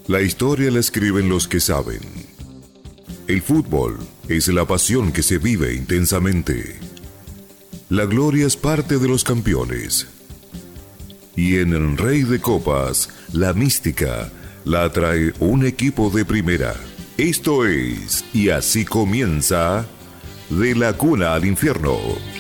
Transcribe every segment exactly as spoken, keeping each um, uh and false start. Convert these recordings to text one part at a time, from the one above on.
La historia la escriben los que saben. El fútbol es la pasión que se vive intensamente. La gloria es parte de los campeones. Y en el Rey de Copas, la mística la trae un equipo de primera. Esto es, y así comienza, De la Cuna al Infierno.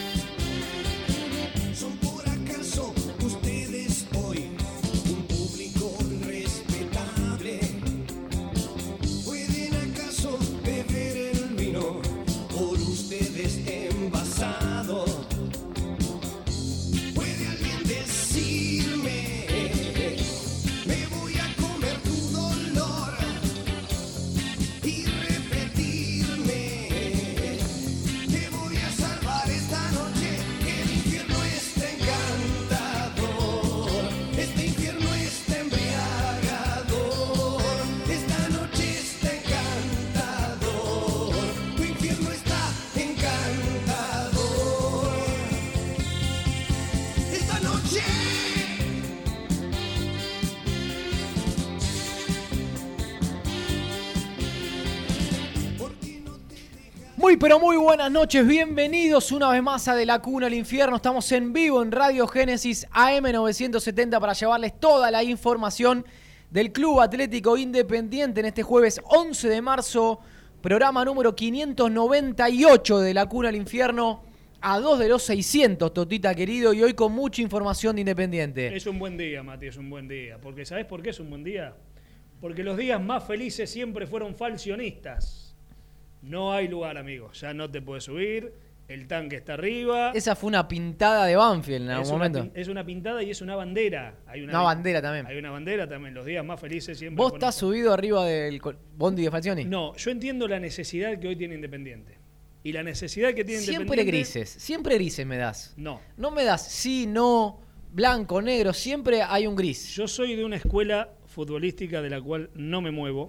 Muy pero muy buenas noches, bienvenidos una vez más a De la Cuna al Infierno. Estamos en vivo en Radio Génesis A M novecientos setenta para llevarles toda la información del Club Atlético Independiente en este jueves once de marzo, programa número quinientos noventa y ocho de La Cuna al Infierno, a dos de los seiscientos, Totita querido, y hoy con mucha información de Independiente. Es un buen día, Mati, es un buen día, porque ¿sabés por qué es un buen día? Porque los días más felices siempre fueron falcionistas. No hay lugar, amigo. Ya no te puedes subir. El tanque está arriba. Esa fue una pintada de Banfield en algún es momento. Una, es una pintada y es una bandera. Hay una, una bandera también. Hay una bandera también. Los días más felices siempre. ¿Vos estás subido arriba del bondi de Falcioni? No, yo entiendo la necesidad que hoy tiene Independiente. Y la necesidad que tiene siempre Independiente. Siempre grises. Siempre grises me das. No. No me das sí, no, blanco, negro. Siempre hay un gris. Yo soy de una escuela futbolística de la cual no me muevo.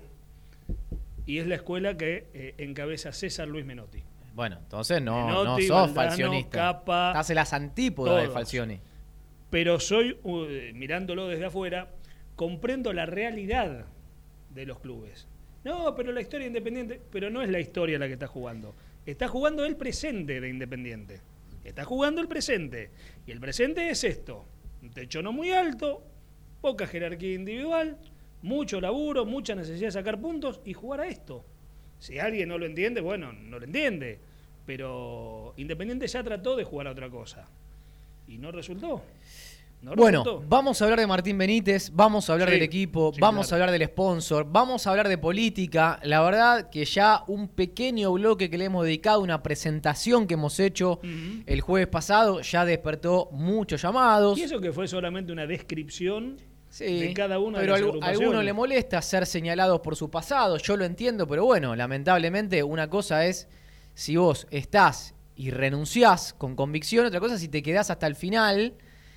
Y es la escuela que eh, encabeza César Luis Menotti. Bueno, entonces no, Menotti, no sos Valdano, falcionista. Capa, Estás en las antípodas todos. de Falcioni. Pero soy, uh, mirándolo desde afuera, comprendo la realidad de los clubes. No, pero la historia Independiente, pero no es la historia la que está jugando. Está jugando el presente de Independiente. Está jugando el presente. Y el presente es esto. Un techo no muy alto, poca jerarquía individual, mucho laburo, mucha necesidad de sacar puntos y jugar a esto. Si alguien no lo entiende, bueno, no lo entiende. Pero Independiente ya trató de jugar a otra cosa. Y no resultó. No bueno, resultó. Vamos a hablar de Martín Benítez, vamos a hablar sí, del equipo, sí, vamos claro. a hablar del sponsor, vamos a hablar de política. La verdad que ya un pequeño bloque que le hemos dedicado, una presentación que hemos hecho uh-huh. el jueves pasado, ya despertó muchos llamados. Y eso que fue solamente una descripción... Sí, de cada uno pero de las a alguno le molesta ser señalados por su pasado, yo lo entiendo, pero bueno, lamentablemente una cosa es si vos estás y renunciás con convicción, otra cosa es si te quedás hasta el final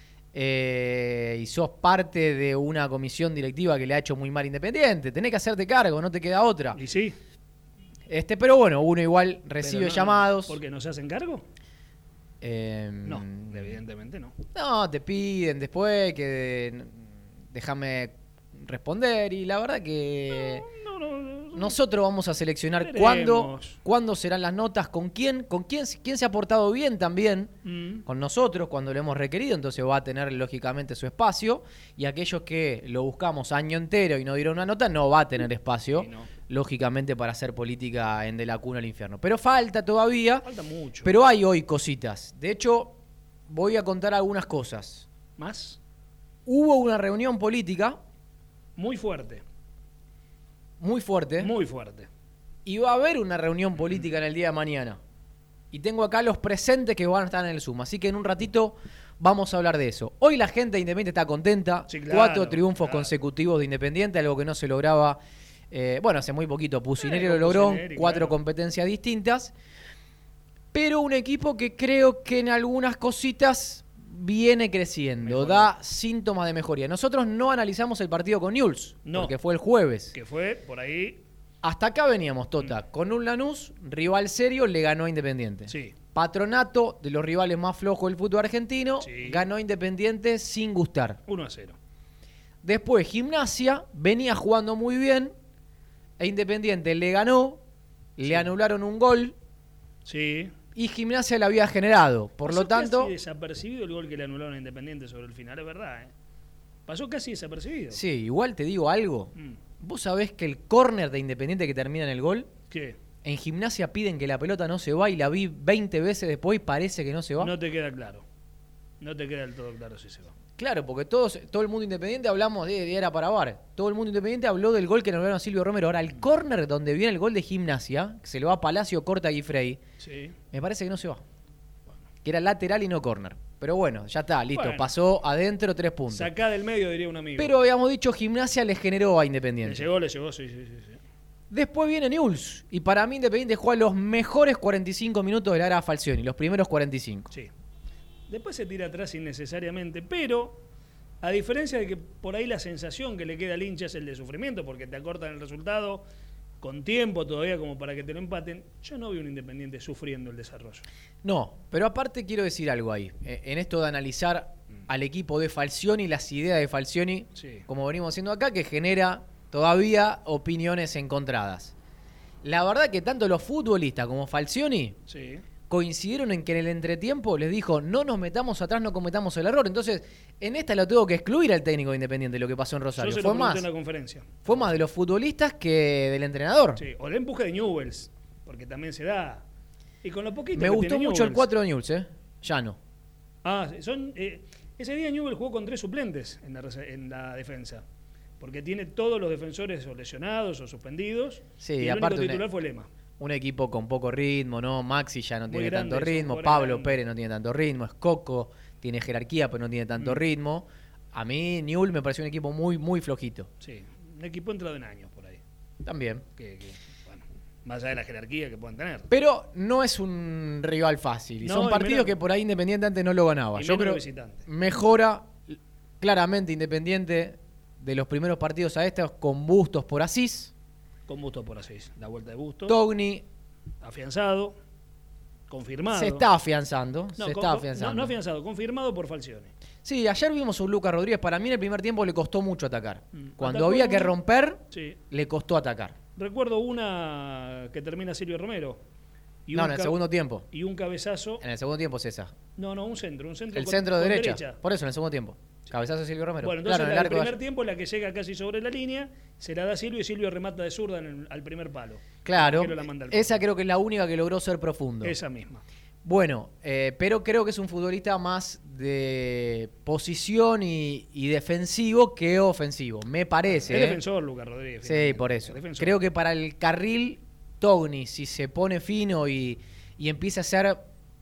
eh, y sos parte de una comisión directiva que le ha hecho muy mal Independiente, tenés que hacerte cargo, no te queda otra. Y sí. Este, pero bueno, uno igual recibe no, llamados. ¿Por qué no se hacen cargo? Eh, no, evidentemente no. No, te piden después que... Déjame responder y la verdad que no, no, no, no. nosotros vamos a seleccionar Veremos. cuándo, cuándo serán las notas, con quién, con quién, quién se ha portado bien también mm. con nosotros cuando lo hemos requerido, entonces va a tener lógicamente su espacio y aquellos que lo buscamos año entero y no dieron una nota no va a tener espacio, sí, no. lógicamente para hacer política en De la Cuna al Infierno. Pero falta todavía, falta mucho. Pero hay hoy cositas. De hecho, voy a contar algunas cosas. ¿Más? Hubo una reunión política. Muy fuerte. Muy fuerte. Muy fuerte. Y va a haber una reunión política en el día de mañana. Y tengo acá los presentes que van a estar en el Zoom. Así que en un ratito vamos a hablar de eso. Hoy la gente de Independiente está contenta. Sí, claro, Cuatro triunfos claro. consecutivos de Independiente, algo que no se lograba. Eh, bueno, hace muy poquito. Pusineri eh, lo logró. Pusineri, Cuatro claro. competencias distintas. Pero un equipo que creo que en algunas cositas viene creciendo, Mejoró. Da síntomas de mejoría. Nosotros no analizamos el partido con Newell's, no, porque fue el jueves. Que fue por ahí. Hasta acá veníamos, Tota. Mm. Con un Lanús, rival serio, le ganó a Independiente. Sí. Patronato, de los rivales más flojos del fútbol argentino, sí. ganó a Independiente sin gustar. uno a cero. Después Gimnasia venía jugando muy bien e Independiente le ganó, sí. le anularon un gol sí. y Gimnasia le había generado. Por Pasó lo tanto... casi desapercibido el gol que le anularon a Independiente sobre el final, es verdad. ¿eh? Pasó casi desapercibido. Sí, igual te digo algo. Mm. ¿Vos sabés que el córner de Independiente que termina en el gol? ¿Qué? En Gimnasia piden que la pelota no se va y la vi veinte veces después y parece que no se va. No te queda claro. No te queda del todo claro si se va. Claro, porque todos, todo el mundo independiente hablamos de, de era para V A R. Todo el mundo independiente habló del gol que anularon a Silvio Romero. Ahora, el córner donde viene el gol de Gimnasia, que se lo va a Palacio, corta a Guifrey, sí. me parece que no se va. Bueno. Que era lateral y no córner. Pero bueno, ya está, listo. Bueno. Pasó adentro, tres puntos. Sacá del medio, diría un amigo. Pero habíamos dicho, Gimnasia le generó a Independiente. Le llegó, le llegó, sí, sí, sí. sí. Después viene Newell's. Y para mí Independiente juega los mejores cuarenta y cinco minutos de la era Falcioni. Los primeros cuarenta y cinco. Sí. Después se tira atrás innecesariamente, pero a diferencia de que por ahí la sensación que le queda al hincha es el de sufrimiento, porque te acortan el resultado con tiempo todavía como para que te lo empaten, yo no vi un Independiente sufriendo el desarrollo. No, pero aparte quiero decir algo ahí. En esto de analizar mm. al equipo de Falcioni, las ideas de Falcioni, sí. como venimos haciendo acá, que genera todavía opiniones encontradas. La verdad que tanto los futbolistas como Falcioni... Sí. coincidieron en que en el entretiempo les dijo no nos metamos atrás, no cometamos el error. Entonces, en esta lo tengo que excluir al técnico de Independiente, lo que pasó en Rosario. Yo se fue lo más en la conferencia. Fue más de los futbolistas que del entrenador. Sí, o el empuje de Newell's, porque también se da. Y con lo poquito Me que gustó tiene mucho Newell's. el cuatro de Newell's, ¿eh? Ya no. Ah, son eh, ese día Newell's jugó con tres suplentes en la, en la defensa. Porque tiene todos los defensores o lesionados o suspendidos. Sí, y el aparte único titular una... fue Lema. Un equipo con poco ritmo, ¿no? Maxi ya no Muy tiene grande, tanto ritmo, es Pablo grande. Pérez no tiene tanto ritmo, Escoco tiene jerarquía pero no tiene tanto mm. ritmo. A mí Newell's me pareció un equipo muy, muy flojito. Sí, un equipo entrado en años por ahí. También. Que, que, bueno, más allá de la jerarquía que puedan tener. Pero no es un rival fácil. Y no, son y partidos menos, que por ahí Independiente antes no lo ganaba. Y Yo creo visitante. Mejora claramente Independiente de los primeros partidos a estos con Bustos por Asís. Con Bustos por Asís. La vuelta de Bustos. Togni. Afianzado. Confirmado. Se está afianzando. No, se con, está afianzando. No, no afianzado, confirmado por Falcioni. Sí, ayer vimos a un Lucas Rodríguez. Para mí en el primer tiempo le costó mucho atacar. Mm. Cuando Atacó había una... que romper, sí. le costó atacar. Recuerdo una que termina Silvio Romero. Y no, en el ca... segundo tiempo. Y un cabezazo. En el segundo tiempo es esa. No, no, un centro. Un centro el con, centro de con derecha. derecha. Por eso, en el segundo tiempo. Cabezazo de Silvio Romero. Bueno, entonces claro, en el, el primer de... tiempo la que llega casi sobre la línea, se la da a Silvio y Silvio remata de zurda en el, al primer palo. Claro, esa creo que es la única que logró ser profundo. Esa misma. Bueno, eh, pero creo que es un futbolista más de posición y, y defensivo que ofensivo, me parece. Es eh. defensor, Lucas Rodríguez. Sí, por eso. Creo que para el carril, Togni, si se pone fino y, y empieza a ser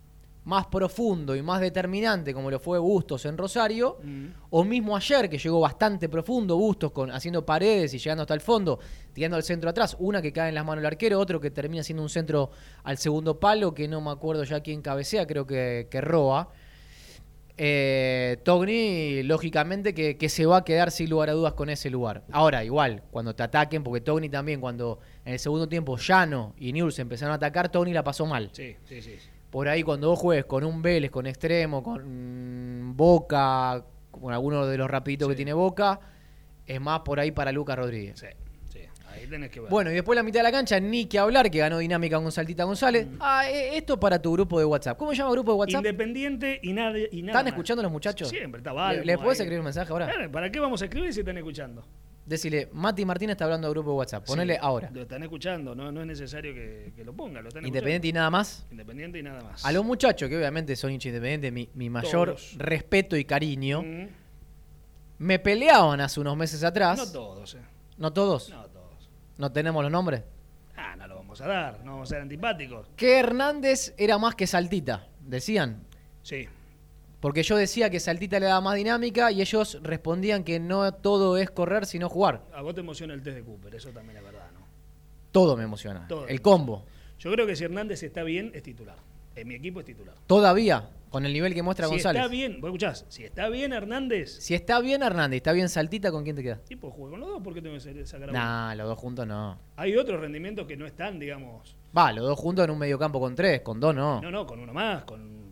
más profundo y más determinante, como lo fue Bustos en Rosario, mm. o mismo ayer, que llegó bastante profundo Bustos, con, haciendo paredes y llegando hasta el fondo, tirando al centro atrás, una que cae en las manos del arquero, otro que termina siendo un centro al segundo palo, que no me acuerdo ya quién cabecea, creo que, que Roa. Eh, Togni, lógicamente, que, que se va a quedar sin lugar a dudas con ese lugar. Ahora, igual, cuando te ataquen, porque Togni también, cuando en el segundo tiempo Llano y Newell's empezaron a atacar, Togni la pasó mal. Sí, sí, sí. Por ahí cuando vos juegues con un Vélez, con Extremo, con Boca, con alguno de los rapiditos sí. que tiene Boca, es más por ahí para Lucas Rodríguez. Sí, sí, ahí tenés que ver. Bueno, y después la mitad de la cancha, ni que hablar, que ganó Dinámica con Saltita González. Mm. Ah, esto para tu grupo de WhatsApp. ¿Cómo se llama el grupo de WhatsApp? Independiente y nada, y nada ¿Están más. escuchando los muchachos? Siempre, está Balbo. ¿Les podés escribir un mensaje ahora? Claro, ¿para qué vamos a escribir si están escuchando? Decile, Mati Martínez está hablando del grupo de WhatsApp. Ponele sí, ahora. Lo están escuchando, no, no es necesario que, que lo pongan. Lo están Independiente escuchando. y nada más. Independiente y nada más. A los muchachos, que obviamente son hinchas independientes, mi, mi mayor todos. respeto y cariño, mm. me peleaban hace unos meses atrás. No todos, eh. ¿No todos? No todos. ¿No tenemos los nombres? Ah, no lo vamos a dar, no vamos a ser antipáticos. Que Hernández era más que Saltita, decían. Sí. Porque yo decía que Saltita le daba más dinámica y ellos respondían que no todo es correr, sino jugar. A vos te emociona el test de Cooper, eso también es verdad, ¿no? Todo me emociona. Todo el combo. Yo creo que si Hernández está bien, es titular. En mi equipo es titular. Todavía, con el nivel que muestra si González. Si está bien, vos escuchás, si está bien Hernández. Si está bien Hernández, está bien Saltita, ¿con quién te queda? Y pues juega con los dos, ¿por qué tengo que sacar a uno? Nah, los dos juntos no. Hay otros rendimientos que no están, digamos. Va, los dos juntos en un mediocampo con tres, con dos no. No, no, con uno más, con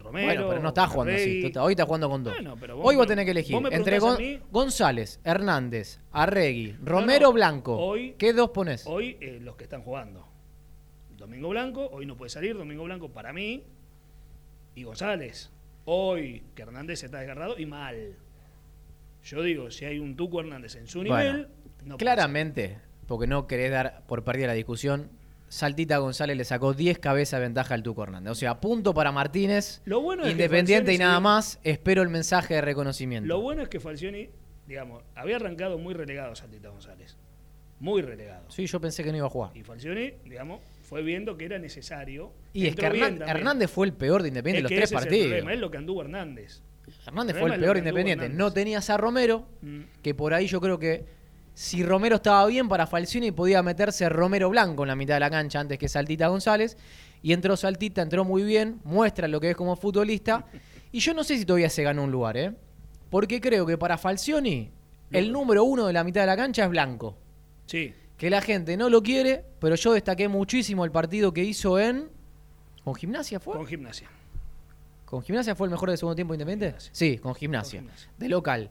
Romero. Bueno, pero no estás jugando Arregui. así. Hoy estás jugando con dos. Bueno, pero vos Hoy vos me- tenés que elegir vos me entre preguntás Gon- a mí. González, Hernández, Arregui, Romero, no. Blanco. Hoy- ¿Qué dos pones? Hoy eh, los que están jugando. Domingo Blanco, hoy no puede salir. Domingo Blanco para mí. Y González. Hoy que Hernández está desgarrado y mal. Yo digo, si hay un Tuco Hernández en su Bueno, nivel, no puede claramente, porque no querés dar por perdida la discusión, Saltita González le sacó diez cabezas de ventaja al Tuco Hernández. O sea, punto para Martínez, Lo bueno es que Independiente Falcioni y nada se- más. Espero el mensaje de ser. reconocimiento. Lo bueno es que Falcioni, digamos, había arrancado muy relegado Saltita González. Muy relegado. Sí, yo pensé que no iba a jugar. Y Falcioni, digamos, fue viendo que era necesario. Y es que Entró bien Hernán- también. Hernández fue el peor de Independiente Es de que los tres ese es el partidos. problema, es lo que anduvo Hernández. Hernández El fue problema el es lo peor que de anduvo Independiente. Hernández. No tenías a Romero, Mm. que por ahí yo creo que si Romero estaba bien para Falcioni podía meterse Romero Blanco en la mitad de la cancha antes que Saltita González. Y entró Saltita, entró muy bien, muestra lo que es como futbolista. Y yo no sé si todavía se ganó un lugar, ¿eh? Porque creo que para Falcioni el número uno de la mitad de la cancha es Blanco. Sí. Que la gente no lo quiere, pero yo destaqué muchísimo el partido que hizo en... ¿Con Gimnasia fue? Con Gimnasia. ¿Con Gimnasia fue el mejor del segundo tiempo Independiente? Gimnasia. Sí, con Gimnasia, Con Gimnasia. de local.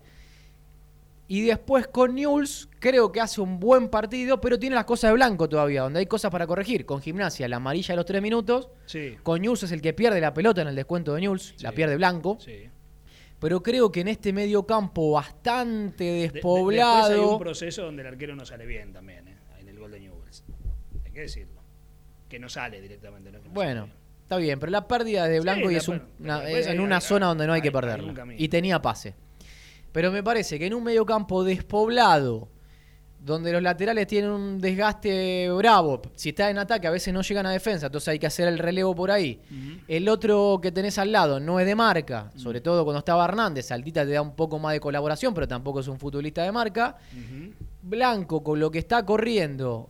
Y después con Newell's creo que hace un buen partido, pero tiene las cosas de Blanco todavía, donde hay cosas para corregir. Con Gimnasia, la amarilla a los tres minutos. Sí. Con Newell's es el que pierde la pelota en el descuento de Newell's, la Sí. pierde Blanco. Sí. Pero creo que en este medio campo bastante De- de- despoblado... después hay un proceso donde el arquero no sale bien también, ¿eh? En el gol de Newell's. Hay que decirlo. Que no sale directamente. ¿no? Que no Bueno, sale bien. está bien, pero la pérdida de Blanco Sí, y la es, un- per- una- después es en hay- una hay- zona donde no hay, hay- que hay perderla. un camino. Y tenía pase. Pero me parece que en un medio campo despoblado, donde los laterales tienen un desgaste bravo, si está en ataque a veces no llegan a defensa, entonces hay que hacer el relevo por ahí. Ujú. El otro que tenés al lado no es de marca, sobre todo cuando estaba Hernández, Saltita te da un poco más de colaboración, pero tampoco es un futbolista de marca. Ujú. Blanco con lo que está corriendo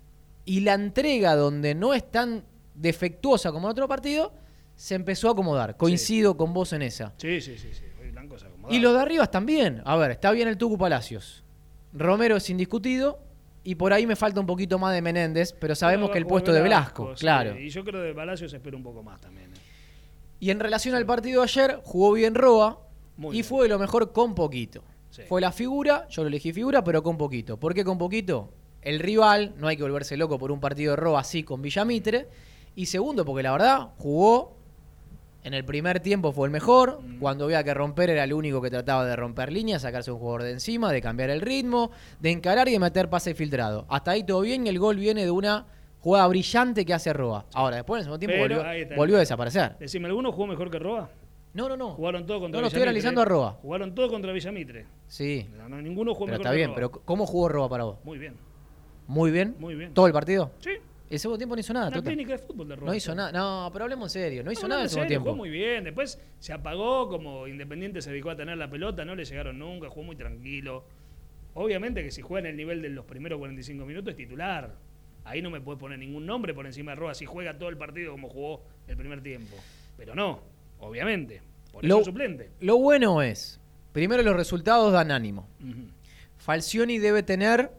y la entrega donde no es tan defectuosa como en otro partido, se empezó a acomodar. Coincido con vos en esa. Sí, sí, sí, sí. Hoy Blanco se acomodaba. Y los de arriba están bien. A ver, está bien el Tucu Palacios. Romero es indiscutido y por ahí me falta un poquito más de Menéndez, pero sabemos Bueno, que el jugó puesto de Velasco, sí. claro. Y yo creo que de Palacios se espera un poco más también. ¿eh? Y en relación al partido de ayer, jugó bien Roa Muy y bien. fue lo mejor con poquito. Sí. Fue la figura, yo lo elegí figura, pero con poquito. ¿Por qué con poquito? El rival, no hay que volverse loco por un partido de Roa así con Villamitre. Y segundo, porque la verdad, jugó, en el primer tiempo fue el mejor, Mm. cuando había que romper era el único que trataba de romper líneas, sacarse un jugador de encima, de cambiar el ritmo, de encarar y de meter pase filtrado. Hasta ahí todo bien y el gol viene de una jugada brillante que hace Roa. Ahora, después en el segundo tiempo Pero volvió, ahí está. volvió a desaparecer. Decime, ¿alguno jugó mejor que Roa? No, no, no. Jugaron todos contra No, no, estoy Villamitre. analizando a Roa. Jugaron todos contra Villamitre. Sí, No, no, ninguno jugó pero mejor está que bien. Roa. Pero ¿cómo jugó Roa para vos? Muy bien. Muy bien. Muy bien. ¿Todo el partido? Sí. El segundo tiempo no hizo nada. Una Tota. clínica de fútbol de Roa. No hizo nada. No, pero hablemos en serio. No hizo No, nada no, en el segundo serio, tiempo. Jugó muy bien. Después se apagó, como Independiente se dedicó a tener la pelota, no le llegaron nunca, jugó muy tranquilo. Obviamente que si juega en el nivel de los primeros cuarenta y cinco minutos es titular. Ahí no me puede poner ningún nombre por encima de Roa si juega todo el partido como jugó el primer tiempo. Pero no, obviamente. Por eso Lo, es suplente. lo bueno es, primero los resultados dan ánimo. Ujú. Falcioni debe tener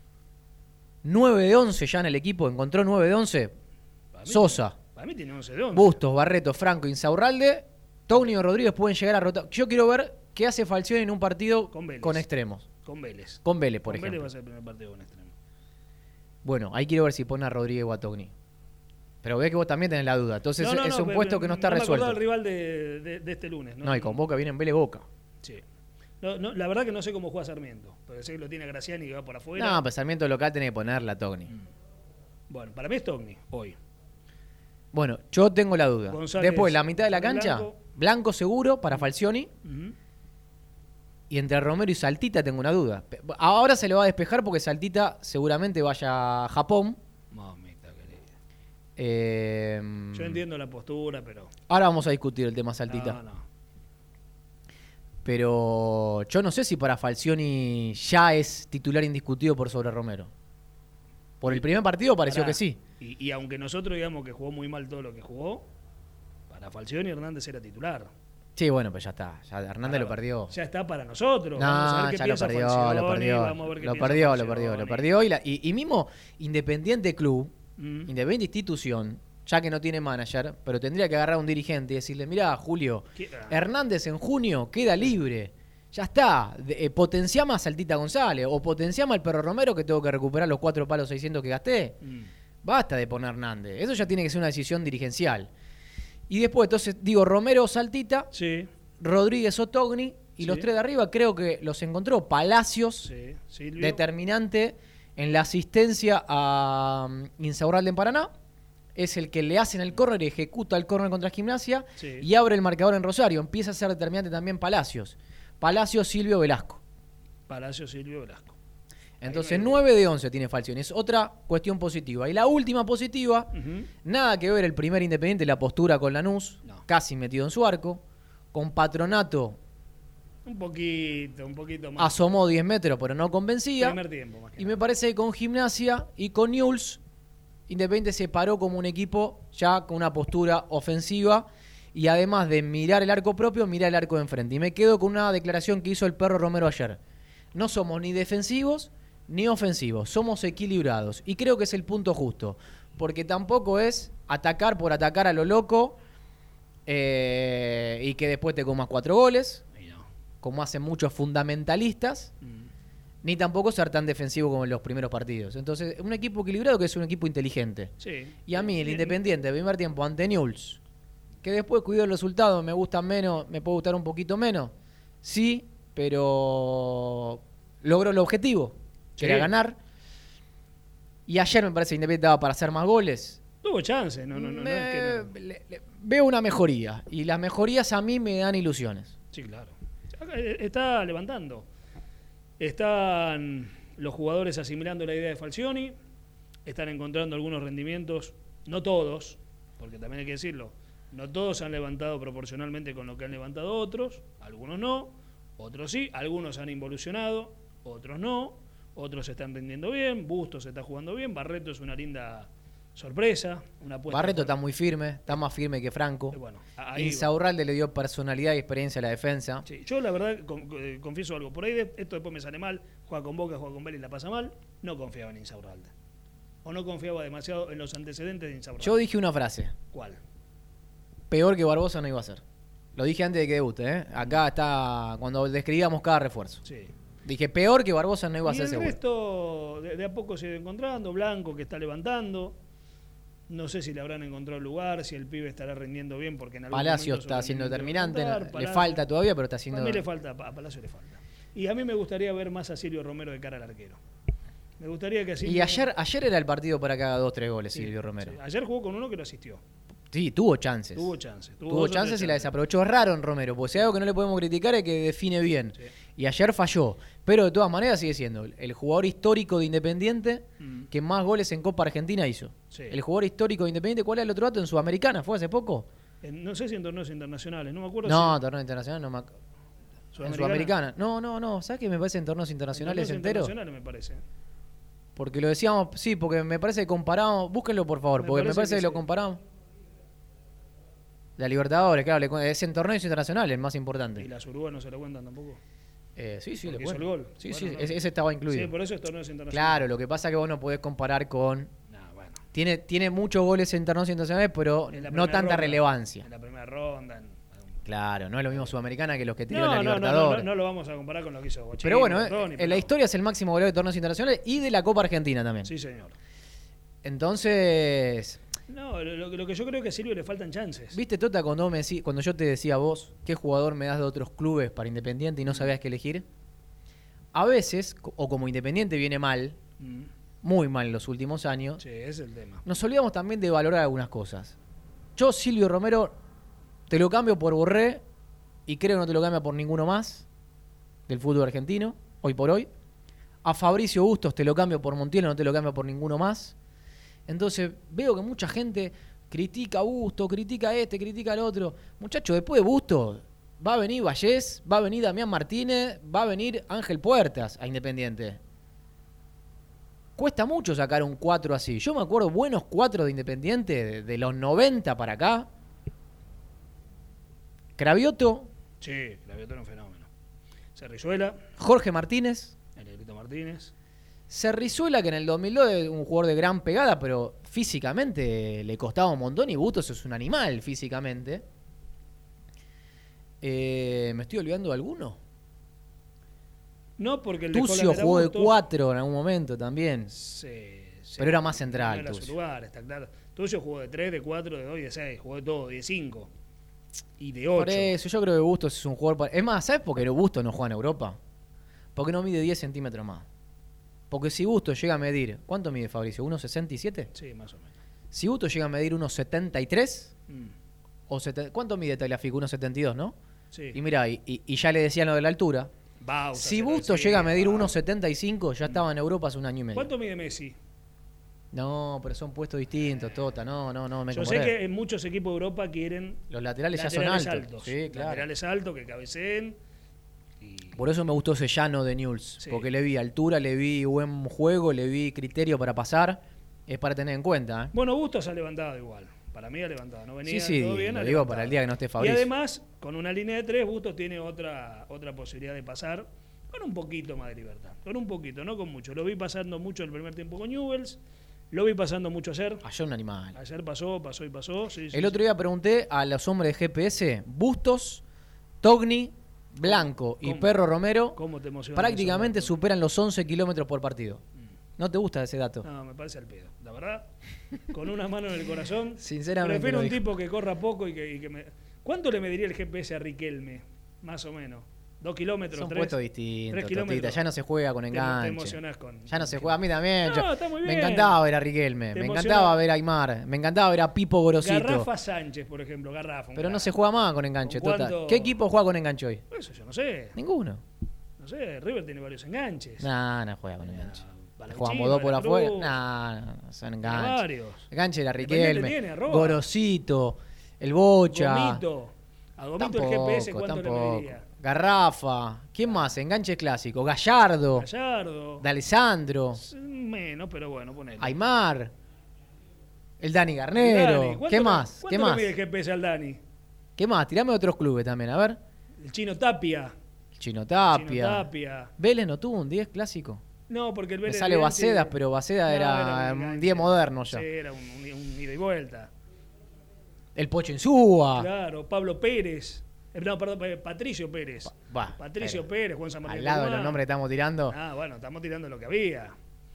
nueve de once ya en el equipo. Encontró nueve de once. Para mí- Sosa, Para mí tiene once de once. Bustos, Barreto, Franco, Insaurralde, Tony o Rodríguez pueden llegar a rotar. Yo quiero ver qué hace Falcioni en un partido Con Vélez. con extremos. Con Vélez. Con Vélez, por Con Vélez ejemplo. va a ser el primer partido con extremo. Bueno, ahí quiero ver si pone a Rodríguez o a Togni. Pero ve que vos también tenés la duda. Entonces No, no, es no, un pero- puesto que no está me resuelto. acordaba del rival de, de- de este lunes. No, No, y con Boca viene en Vélez Boca. Sí. No, no, la verdad que no sé cómo juega Sarmiento. Pero sé que lo tiene a Graciani que va por afuera. No, pues Sarmiento local tiene que ponerla a Togni. Bueno, para mí es Togni, hoy. Bueno, yo tengo la duda. González, Después, la mitad de la cancha, Blanco. Blanco, seguro para Falcioni. Ujú. Y entre Romero y Saltita tengo una duda. Pe- Ahora se le va a despejar porque Saltita seguramente vaya a Japón. Mamita querida. Eh, Yo entiendo la postura, pero. Ahora vamos a discutir el tema Saltita. No, no. Pero yo no sé si para Falcioni ya es titular indiscutido por sobre Romero. Por el primer partido pareció Pará. que sí. Y, y aunque nosotros digamos que jugó muy mal todo lo que jugó, para Falcioni Hernández era titular. Sí, bueno, pues ya está. Ya Hernández Ahora, lo perdió. Ya está para nosotros. No, vamos a ver qué ya lo piensa perdió, Falcioni, lo perdió. vamos a ver qué Lo piensa perdió, lo Falcioni. perdió, lo perdió. Y, la- y, y mismo Independiente Club, Mm. Independiente Institución, ya que no tiene manager, pero tendría que agarrar a un dirigente y decirle, mirá, Julio, Hernández en junio queda libre. Ya está, de, eh, potenciá más al Tita González o potenciá más al Perro Romero que tengo que recuperar los cuatro palos seiscientos que gasté. Mm. Basta de poner Hernández. Eso ya tiene que ser una decisión dirigencial. Y después, entonces, digo, Romero o Saltita, sí. Rodríguez o Togni, y sí. los tres de arriba creo que los encontró Palacios, sí. determinante en la asistencia a um, Insaurralde en Paraná. Es el que le hacen el córner, ejecuta el córner contra Gimnasia sí. y abre el marcador en Rosario. Empieza a ser determinante también Palacios. Palacios, Silvio, Velasco. Palacios, Silvio, Velasco. Entonces, nueve de once tiene Falcioni. Es otra cuestión positiva. Y la última positiva, uh-huh. nada que ver el primer Independiente, la postura con Lanús, no. casi metido en su arco. Con Patronato. Un poquito, un poquito más. Asomó diez metros, pero no convencía. Primer tiempo, más que y nada. Me parece que con Gimnasia y con Newell's, Independiente se paró como un equipo ya con una postura ofensiva. Y además de mirar el arco propio, mirar el arco de enfrente. Y me quedo con una declaración que hizo el Perro Romero ayer. No somos ni defensivos ni ofensivos, somos equilibrados. Y creo que es el punto justo. Porque tampoco es atacar por atacar a lo loco eh, y que después te comas cuatro goles, no. como hacen muchos fundamentalistas, mm. ni tampoco ser tan defensivo como en los primeros partidos. Entonces, un equipo equilibrado que es un equipo inteligente. Sí. Y a mí, el Independiente, el primer tiempo, ante Newell's, que después cuido el resultado, me gusta menos, me puede gustar un poquito menos. Sí, pero logró el objetivo, que sí. era ganar. Y ayer me parece que Independiente daba para hacer más goles. Tuvo chance, no, no, no, me, no es que no. Le, le, veo una mejoría. Y las mejorías a mí me dan ilusiones. Sí, claro. Está levantando. Están los jugadores asimilando la idea de Falcioni. Están encontrando algunos rendimientos, no todos, porque también hay que decirlo. No todos han levantado proporcionalmente con lo que han levantado otros, algunos no, otros sí, algunos han involucionado, otros no, otros están rindiendo bien, Bustos está jugando bien, Barreto es una linda sorpresa. Una Barreto está muy firme, está más firme que Franco. Eh, bueno, Insaurralde le dio personalidad y experiencia a la defensa. Sí, yo la verdad con, eh, confieso algo, por ahí de, esto después me sale mal, juega con Boca, juega con Vélez y la pasa mal, no confiaba en Insaurralde. O no confiaba demasiado en los antecedentes de Insaurralde. Yo dije una frase. ¿Cuál? Peor que Barbosa no iba a ser. Lo dije antes de que debute, ¿eh? Acá está cuando describíamos cada refuerzo. Sí. Dije, peor que Barbosa no iba a ser seguro. Y el resto de, de a poco se ha ido encontrando. Blanco que está levantando. No sé si le habrán encontrado lugar, si el pibe estará rindiendo bien, porque en algún Palacio está siendo determinante. Levantar, le falta todavía, pero está haciendo... A mí le falta, a Palacio le falta. Y a mí me gustaría ver más a Silvio Romero de cara al arquero. Me gustaría que Silvio... Y ayer, ayer era el partido para que haga dos, tres goles, sí, Silvio Romero. Sí. Ayer jugó con uno que lo asistió. Sí, tuvo chances. Tuvo chances. Tuvo, tuvo chances y chances. La desaprovechó. Es raro en Romero, porque si hay algo que no le podemos criticar es que define bien. Sí. Y ayer falló. Pero de todas maneras sigue siendo el jugador histórico de Independiente mm. que más goles en Copa Argentina hizo. Sí. El jugador histórico de Independiente, ¿cuál es el otro dato? En Sudamericana, ¿fue hace poco? En, no sé si en torneos internacionales, no me acuerdo. No, si... torneos internacionales no me acuerdo. ¿Sudamericana? En Sudamericana. No, no, no. ¿Sabes qué me parece en torneos internacionales en enteros? Internacionales me parece. Porque lo decíamos, sí, porque me parece que comparamos. Búsquenlo por favor, me porque parece me parece que, que lo sí. comparamos. La Libertadores, claro, es en torneos internacionales el más importante. ¿Y las Uruguay no se lo cuentan tampoco? Eh, sí, sí, le cuentan. Hizo el gol. Sí, bueno, sí, no, ese, ese estaba incluido. Sí, por eso es torneos internacionales. Claro, lo que pasa es que vos no podés comparar con... No, bueno. Tiene, tiene muchos goles en torneos internacionales, pero no tanta ronda, relevancia. En la primera ronda. En... Claro, no es lo mismo Sudamericana que los que tiró no, la no, Libertadores. No, no, no, no lo vamos a comparar con lo que hizo Bochini. Pero bueno, eh, Tony, en pero la no. historia es el máximo goleador de torneos internacionales y de la Copa Argentina también. Sí, señor. Entonces... No, lo, lo que yo creo que a Silvio le faltan chances. ¿Viste, Tota, cuando, me, cuando yo te decía a vos qué jugador me das de otros clubes para Independiente y no sabías qué elegir? A veces, o como Independiente viene mal, mm. muy mal en los últimos años, sí, ese es el tema. Nos olvidamos también de valorar algunas cosas. Yo, Silvio Romero, te lo cambio por Borré y creo que no te lo cambia por ninguno más del fútbol argentino, hoy por hoy. A Fabricio Bustos te lo cambio por Montiel, no te lo cambio por ninguno más. Entonces veo que mucha gente critica a Bustos, critica a este, critica al otro. Muchachos, después de Bustos va a venir Vallés, va a venir Damián Martínez, va a venir Ángel Puertas a Independiente. Cuesta mucho sacar un cuatro así. Yo me acuerdo buenos cuatro de Independiente de, de los noventa para acá. Cravioto. Sí, Cravioto era un fenómeno. Cerrizuela. Jorge Martínez. El Negrito Martínez. Cerrizuela, que en el dos mil dos es un jugador de gran pegada, pero físicamente le costaba un montón, y Bustos es un animal físicamente. Eh, ¿Me estoy olvidando de alguno? No, porque el Tucio de jugó de Bustos, cuatro en algún momento también. Sí, sí. Pero era más central. No era su lugar, está claro. Tucio jugó de tres, de cuatro, de dos y de seis. Jugó de todo, de cinco. Y de ocho. Por eso, yo creo que Bustos es un jugador... Para... Es más, ¿sabes por qué Bustos no juega en Europa? Porque no mide diez centímetros más. Porque si Bustos llega a medir... ¿Cuánto mide Fabricio? ¿uno sesenta y siete? Sí, más o menos. Si Bustos llega a medir uno setenta y tres... Mm. O seten... ¿Cuánto mide Tagliafico? uno setenta y dos, ¿no? Sí. Y mira, y, y, y ya le decían lo de la altura. Bausa, si Bustos decía, llega a medir Bausa. uno setenta y cinco, ya estaba en Europa hace un año y medio. ¿Cuánto mide Messi? No, pero son puestos distintos, Tota. No, no, no me Yo comoré. sé que en muchos equipos de Europa quieren Los laterales, ya son laterales altos. altos. Sí, claro. Laterales altos que cabeceen. Y... Por eso me gustó ese llano de Newell's. Sí. Porque le vi altura, le vi buen juego, le vi criterio para pasar. Es para tener en cuenta. ¿eh? Bueno, Bustos ha levantado igual. Para mí ha levantado. No venía Sí, sí, todo bien. lo ha digo levantado. para el día que no esté Y Fabricio. además, con una línea de tres, Bustos tiene otra, otra posibilidad de pasar con un poquito más de libertad. Con un poquito, no con mucho. Lo vi pasando mucho el primer tiempo con Newell's. Lo vi pasando mucho ayer. Ayer un animal. Ayer pasó, pasó y pasó. Sí, sí, El otro sí. día pregunté a los hombres de G P S, Bustos, Togni, Blanco y ¿Cómo? Perro Romero, ¿Cómo te emociona prácticamente eso? superan los once kilómetros por partido. ¿No te gusta ese dato? No, me parece al pedo. La verdad, con una mano en el corazón. Sinceramente Prefiero lo un dijo. tipo que corra poco y que, y que me. ¿Cuánto le mediría el G P S a Riquelme? Más o menos. ¿Dos kilómetros? Son tres, puestos distintos, tres Totita. kilómetros. Ya no se juega con Te- enganche. Te emocionás con. Ya no con se que- juega. A mí también. No, Yo- está muy me bien. encantaba ver a Riquelme. Te Me emociona. encantaba ver a Aymar. Me encantaba ver a Pipo Gorosito. Garrafa Sánchez, por ejemplo. Garrafa. un Pero no crack. se juega más con enganche, ¿Con Tota. cuánto? ¿Qué equipo juega con enganche hoy? Eso yo no sé. Ninguno. No sé. River tiene varios enganches. Nah, no juega con enganche. Balanchino, Jugamos dos por De la afuera. Cruz. Nah, no, son Tiene enganches. varios. Enganche era Independiente Riquelme, tiene, arroba. Gorosito, el Bocha. Gomito. A Gomito Tampoco, el G P S, ¿cuánto tampoco. le mediría? Garrafa. ¿Quién más? Enganche clásico. Gallardo. Gallardo. D'Alessandro. Menos, pero bueno, ponele. Aymar. El Dani Garnero. Dani, ¿cuánto ¿Qué le- más? ¿Cuánto ¿Qué le más? mide el G P S al Dani? ¿Qué más? Tirame otros clubes también, a ver. El Chino Tapia. Chino Tapia. Chino Tapia. Vélez no tuvo un diez clásico. No, porque el Me Vélez sale Vélez Bacedas, tiene- pero Bacedas No, era un un enganche. diez moderno ya. Sí, era un, un- un ida y vuelta. El Pocho Insúa. Claro, Pablo Pérez. Eh, No, perdón, eh, Patricio Pérez. Pa- bah, Patricio pero Pérez, Juan San Martín. Al lado de Tucumán. los nombres que estamos tirando. Ah, bueno, estamos tirando lo que había.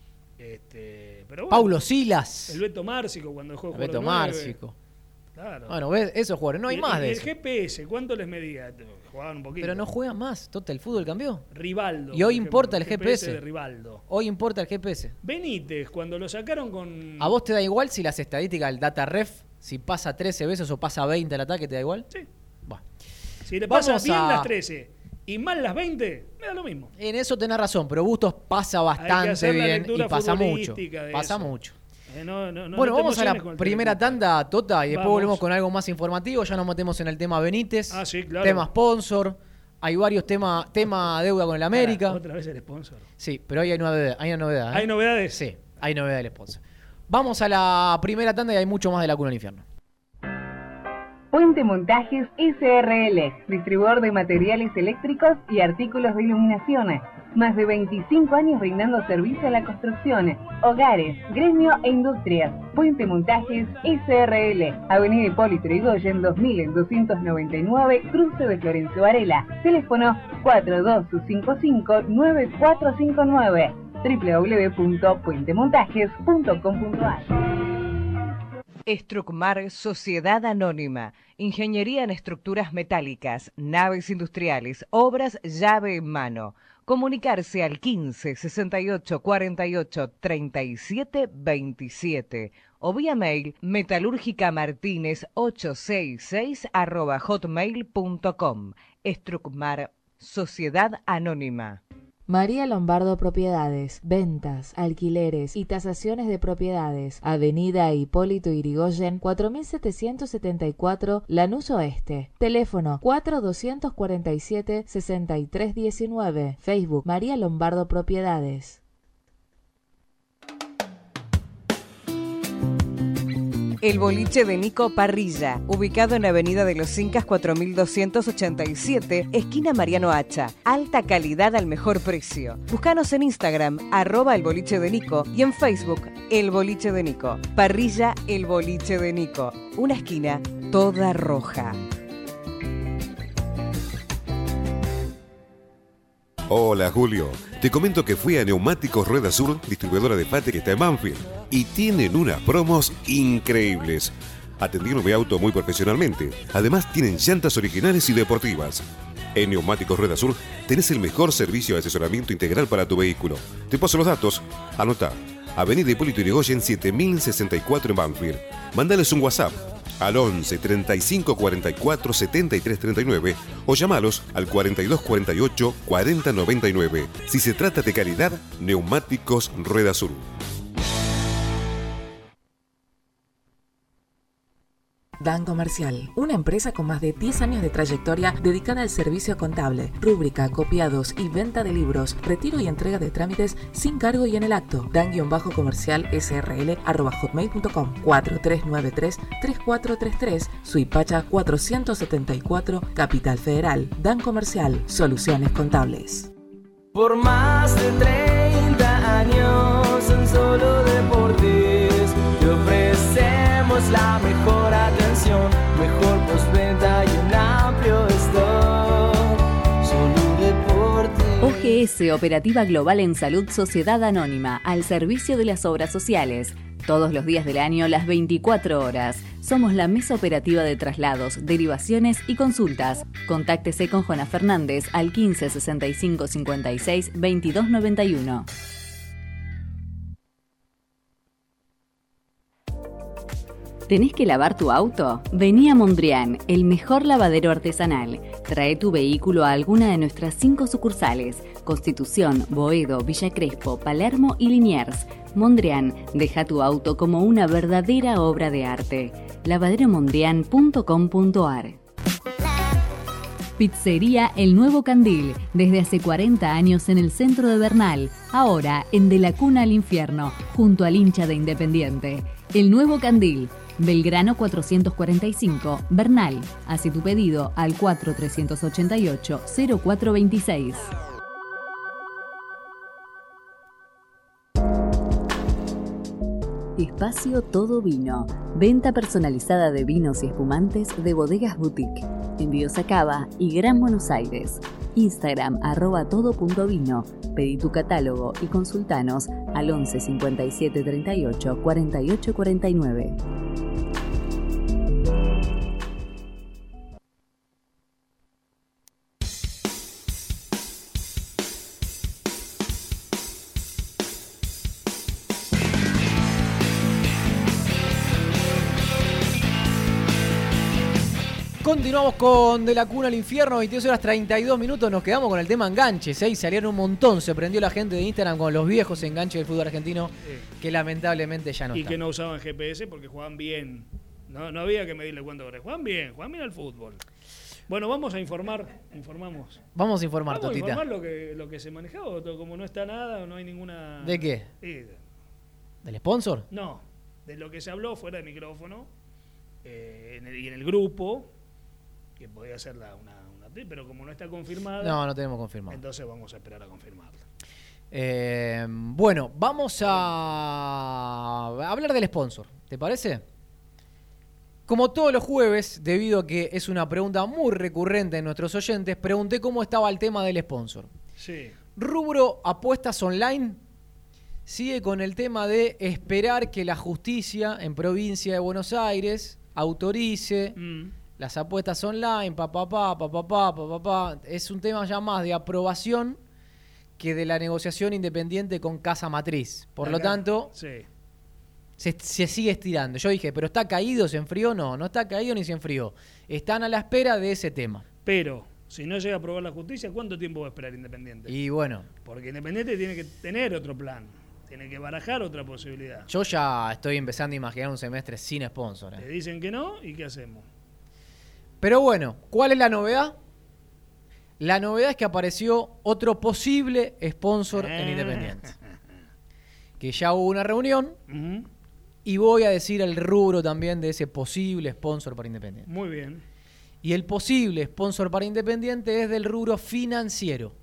Este, pero bueno, Paulo Silas. El Beto Márcico cuando dejó de El jugar Beto de nueve. Márcico. Claro. Bueno, ves, esos jugadores. No hay Y- más y de el eso. G P S, ¿cuánto les medía? Jugaban un poquito. Pero no juega más. Tota, el fútbol cambió. Rivaldo. Y hoy por importa ejemplo, el G P S. de Rivaldo. Hoy importa el G P S. Benítez, cuando lo sacaron con. ¿A vos te da igual si las estadísticas del data ref, si pasa trece veces o pasa veinte al ataque, te da igual? Sí. Bah. Si le Vamos pasa bien a- las trece y mal las veinte, me da lo mismo. En eso tenés razón, pero Bustos pasa Hay que bastante hacer la bien y lectura pasa mucho. futbolística de Pasa eso. mucho. Eh, no, no, no, Bueno, no te vamos a la emociones con el primera telepunto. tanda, Tota, y después Vamos. volvemos con algo más informativo. Ya nos metemos en el tema Benítez, Ah, sí, claro. tema sponsor. Hay varios temas, tema deuda con el América. Pará, otra vez el sponsor. Sí, pero hoy hay novedad. Hay, una novedad ¿eh? ¿Hay novedades? Sí, hay novedad del sponsor. Vamos a la primera tanda y hay mucho más de la cuna al infierno. Puente Montajes S R L, distribuidor de materiales eléctricos y artículos de iluminación. Más de veinticinco años brindando servicio a la construcción, hogares, gremio e industrias. Puente Montajes S R L, Avenida Hipólito Yrigoyen dos mil doscientos noventa y nueve, cruce de Florencio Varela. Teléfono cuatro dos cinco cinco nueve cuatro cinco nueve, doble u doble u doble u punto puente montajes punto com punto a r. Estrucmar Sociedad Anónima. Ingeniería en estructuras metálicas, naves industriales, obras llave en mano. Comunicarse al quince sesenta y ocho cuarenta y ocho treinta y siete veintisiete o vía mail metalúrgicamartínez ochocientos sesenta y seis arroba hotmail punto com. Estrucmar Sociedad Anónima. María Lombardo Propiedades, ventas, alquileres y tasaciones de propiedades. Avenida Hipólito Yrigoyen, cuatro mil setecientos setenta y cuatro, Lanús Oeste. Teléfono cuatro doscientos cuarenta y siete sesenta y tres diecinueve. Facebook María Lombardo Propiedades. El Boliche de Nico Parrilla, ubicado en Avenida de los Incas cuatro mil doscientos ochenta y siete, esquina Mariano Hacha. Alta calidad al mejor precio. Búscanos en Instagram, arroba el boliche de Nico, y en Facebook, El Boliche de Nico. Parrilla El Boliche de Nico. Una esquina toda roja. Hola Julio, te comento que fui a Neumáticos Rueda Sur, distribuidora de Pate que está en Banfield, y tienen unas promos increíbles. Atendieron mi auto muy profesionalmente, además tienen llantas originales y deportivas. En Neumáticos Rueda Sur tenés el mejor servicio de asesoramiento integral para tu vehículo. Te paso los datos, anotá, Avenida Hipólito Yrigoyen siete mil sesenta y cuatro en Banfield. Mándales un WhatsApp al once treinta y cinco cuarenta y cuatro setenta y tres treinta y nueve o llamalos al cuarenta y dos cuarenta y ocho cuarenta noventa y nueve. Si se trata de calidad, Neumáticos Rueda Sur. Dan Comercial, una empresa con más de diez años de trayectoria dedicada al servicio contable, rúbrica, copiados y venta de libros, retiro y entrega de trámites sin cargo y en el acto. Dan-comercial srl arroba hotmail punto com cuatro tres nueve tres tres cuatro tres tres, Suipacha cuatrocientos setenta y cuatro, Capital Federal. Dan Comercial, soluciones contables. Por más de treinta años en Solo Deportes te ofrecemos la mejor atención, mejor postventa y un amplio stock. Solo Deportes. O G S, Operativa Global en Salud Sociedad Anónima, al servicio de las obras sociales. Todos los días del año, las veinticuatro horas. Somos la mesa operativa de traslados, derivaciones y consultas. Contáctese con Jona Fernández al quince sesenta y cinco cincuenta y seis veintidós noventa y uno. ¿Tenés que lavar tu auto? Vení a Mondrian, el mejor lavadero artesanal. Trae tu vehículo a alguna de nuestras cinco sucursales: Constitución, Boedo, Villa Crespo, Palermo y Liniers. Mondrian, deja tu auto como una verdadera obra de arte. lavadero mondrian punto com punto ar. Pizzería El Nuevo Candil, desde hace cuarenta años en el centro de Bernal, ahora en De la Cuna al Infierno, junto al hincha de Independiente. El Nuevo Candil, Belgrano cuatrocientos cuarenta y cinco, Bernal. Hace tu pedido al cuatro tres ocho ocho cero cuatro dos seis. Espacio Todo Vino. Venta personalizada de vinos y espumantes de Bodegas Boutique. Envíos a Cava y Gran Buenos Aires. Instagram arroba todo punto vino. Pedí tu catálogo y consultanos al once cincuenta y siete treinta y ocho cuarenta y ocho cuarenta y nueve. Continuamos con De la Cuna al Infierno, veintidós horas treinta y dos minutos. Nos quedamos con el tema enganches, ¿eh? Y salieron un montón. Se prendió la gente de Instagram con los viejos enganches del fútbol argentino, sí, que lamentablemente ya no y están. Y que no usaban G P S porque jugaban bien. No, no había que medirle cuánto horas. Juegan bien, juegan bien al fútbol. Bueno, vamos a informar. Informamos. Vamos a informar, vamos Totita. Vamos a informar lo que, lo que se manejaba. Como no está nada, no hay ninguna... ¿De qué? Sí. ¿Del sponsor? No, de lo que se habló fuera de micrófono eh, en el, y en el grupo, que podía ser la, una, una... Pero como no está confirmada... No, no tenemos confirmado. Entonces vamos a esperar a confirmarla. Eh, bueno, vamos a hablar del sponsor, ¿te parece? Como todos los jueves, debido a que es una pregunta muy recurrente en nuestros oyentes, pregunté cómo estaba el tema del sponsor. Sí. Rubro apuestas online sigue con el tema de esperar que la justicia en provincia de Buenos Aires autorice mm. las apuestas online, pa pa pa pa pa pa pa pa. Es un tema ya más de aprobación que de la negociación independiente con Casa Matriz. Por Acá, lo tanto, sí. se, se sigue estirando. Yo dije, ¿pero está caído, se enfrió? No, no está caído ni se enfrió. Están a la espera de ese tema. Pero, si no llega a aprobar la justicia, ¿cuánto tiempo va a esperar Independiente? Y bueno. Porque Independiente tiene que tener otro plan. Tiene que barajar otra posibilidad. Yo ya estoy empezando a imaginar un semestre sin sponsor. ¿eh? Te dicen que no, ¿y qué hacemos? Pero bueno, ¿cuál es la novedad? La novedad es que apareció otro posible sponsor eh. en Independiente. Que ya hubo una reunión uh-huh. Y voy a decir el rubro también de ese posible sponsor para Independiente. Muy bien. Y el posible sponsor para Independiente es del rubro financiero.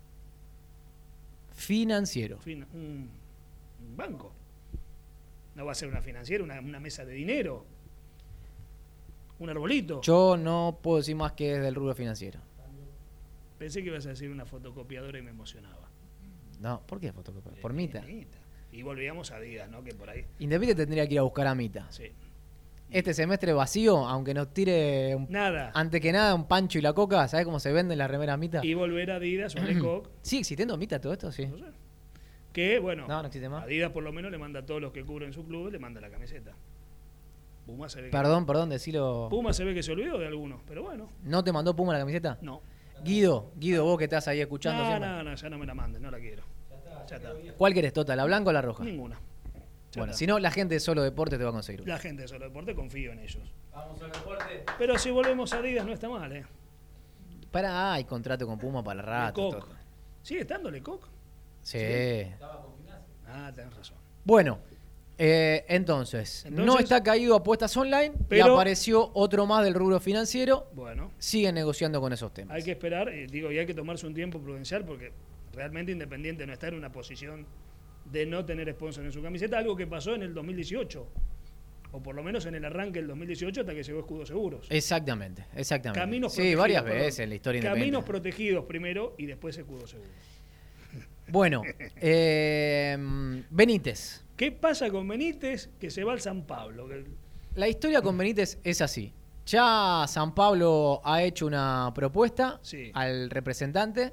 Financiero. Fin- un, un banco. No va a ser una financiera, una, una mesa de dinero. Un arbolito. Yo no puedo decir más que es del rubro financiero. Pensé que ibas a decir una fotocopiadora y me emocionaba. No, ¿por qué fotocopia? Por Mita. Mita. Y volvíamos a Adidas, ¿no? Que por ahí. Independiente tendría que ir a buscar a Mita. Sí. Este semestre vacío, aunque nos tire un, Nada. antes que nada un pancho y la coca, ¿sabes cómo se venden las remeras Mita? Y volver a Adidas o a Lecoq. ¿Sigue existiendo Mita todo esto? Sí. No sé. Que, bueno, No, no existe más. Adidas por lo menos le manda a todos los que cubren su club, le manda la camiseta. Puma se ve Perdón, perdón, decilo. que, Puma se ve que se olvidó de algunos, pero bueno, ¿No te mandó Puma la camiseta? no. Guido, Guido, vos que estás ahí escuchando No, siempre. no, no, ya no me la mandes, no la quiero. Ya está. ¿Cuál querés, Tota, la blanca o la roja? Ninguna. Ya Bueno, está. si no, la gente de Solo Deporte te va a conseguir. La gente de Solo Deporte, confío en ellos. Vamos Solo Deporte. Pero si volvemos a Adidas no está mal, ¿eh? Para, hay contrato con Puma para el rato. Lecoq. Tota. ¿Sigue estando Lecoq? Sí. Ah, tenés razón. Bueno, eh, entonces, Entonces- no está caído Apuestas Online Pero- y apareció otro más del rubro financiero. Bueno, Siguen negociando con esos temas. hay que esperar, eh, digo, y hay que tomarse un tiempo prudencial porque realmente Independiente no está en una posición de no tener sponsor en su camiseta, algo que pasó en el dos mil dieciocho, o por lo menos en el arranque del dos mil dieciocho hasta que llegó Escudos Seguros. Exactamente, exactamente. Caminos sí, protegidos, varias perdón. veces en la historia Caminos independiente. protegidos primero y después Escudos Seguros. Bueno, eh, Benítez. ¿Qué pasa con Benítez que se va al San Pablo? Que- La historia con Benítez es así. Ya San Pablo ha hecho una propuesta Sí. al representante.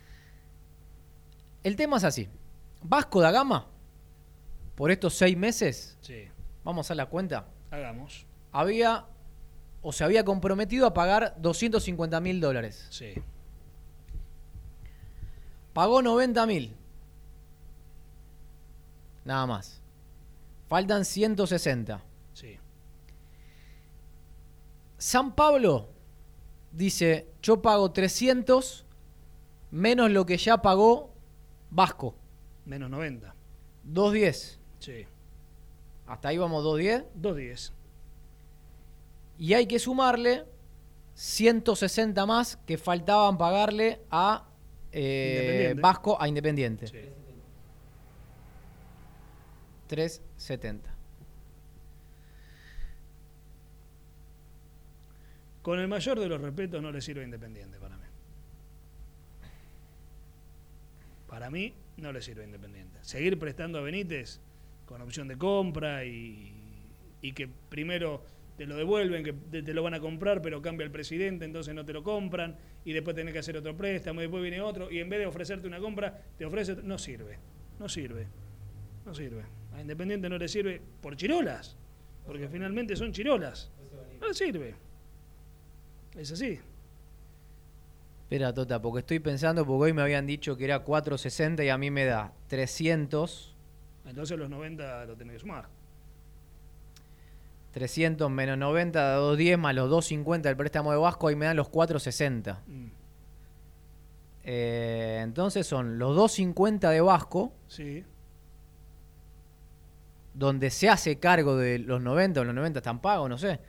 El tema es así. Vasco da Gama, por estos seis meses, Sí, vamos a hacer la cuenta, hagamos. había o se había comprometido a pagar doscientos cincuenta mil dólares. Sí, Pagó noventa mil. Nada más. Faltan ciento sesenta. sí. San Pablo dice, yo pago trescientos menos lo que ya pagó Vasco. Menos noventa. doscientos diez. Sí. Hasta ahí vamos doscientos diez. dos diez. Y hay que sumarle ciento sesenta más que faltaban pagarle a eh, Independiente. Vasco a Independiente. Sí. trescientos setenta. Con el mayor de los respetos no le sirve a Independiente para mí. Para mí no le sirve a Independiente. Seguir prestando a Benítez con opción de compra y, y que primero te lo devuelven, que te, te lo van a comprar, pero cambia el presidente, entonces no te lo compran y después tenés que hacer otro préstamo y después viene otro y en vez de ofrecerte una compra, te ofrece... No sirve, no sirve, no sirve. A Independiente no le sirve por chirolas, porque finalmente son chirolas. No le sirve. Es así. Espera, Tota, porque estoy pensando, porque hoy me habían dicho que era cuatrocientos sesenta y a mí me da trescientos. Entonces los noventa lo tenés que sumar. trescientos menos noventa da doscientos diez más los doscientos cincuenta del préstamo de Vasco, ahí me dan los cuatrocientos sesenta. Mm. Eh, entonces son los doscientos cincuenta de Vasco, Sí. donde se hace cargo de los noventa, o los noventa están pagos, no sé.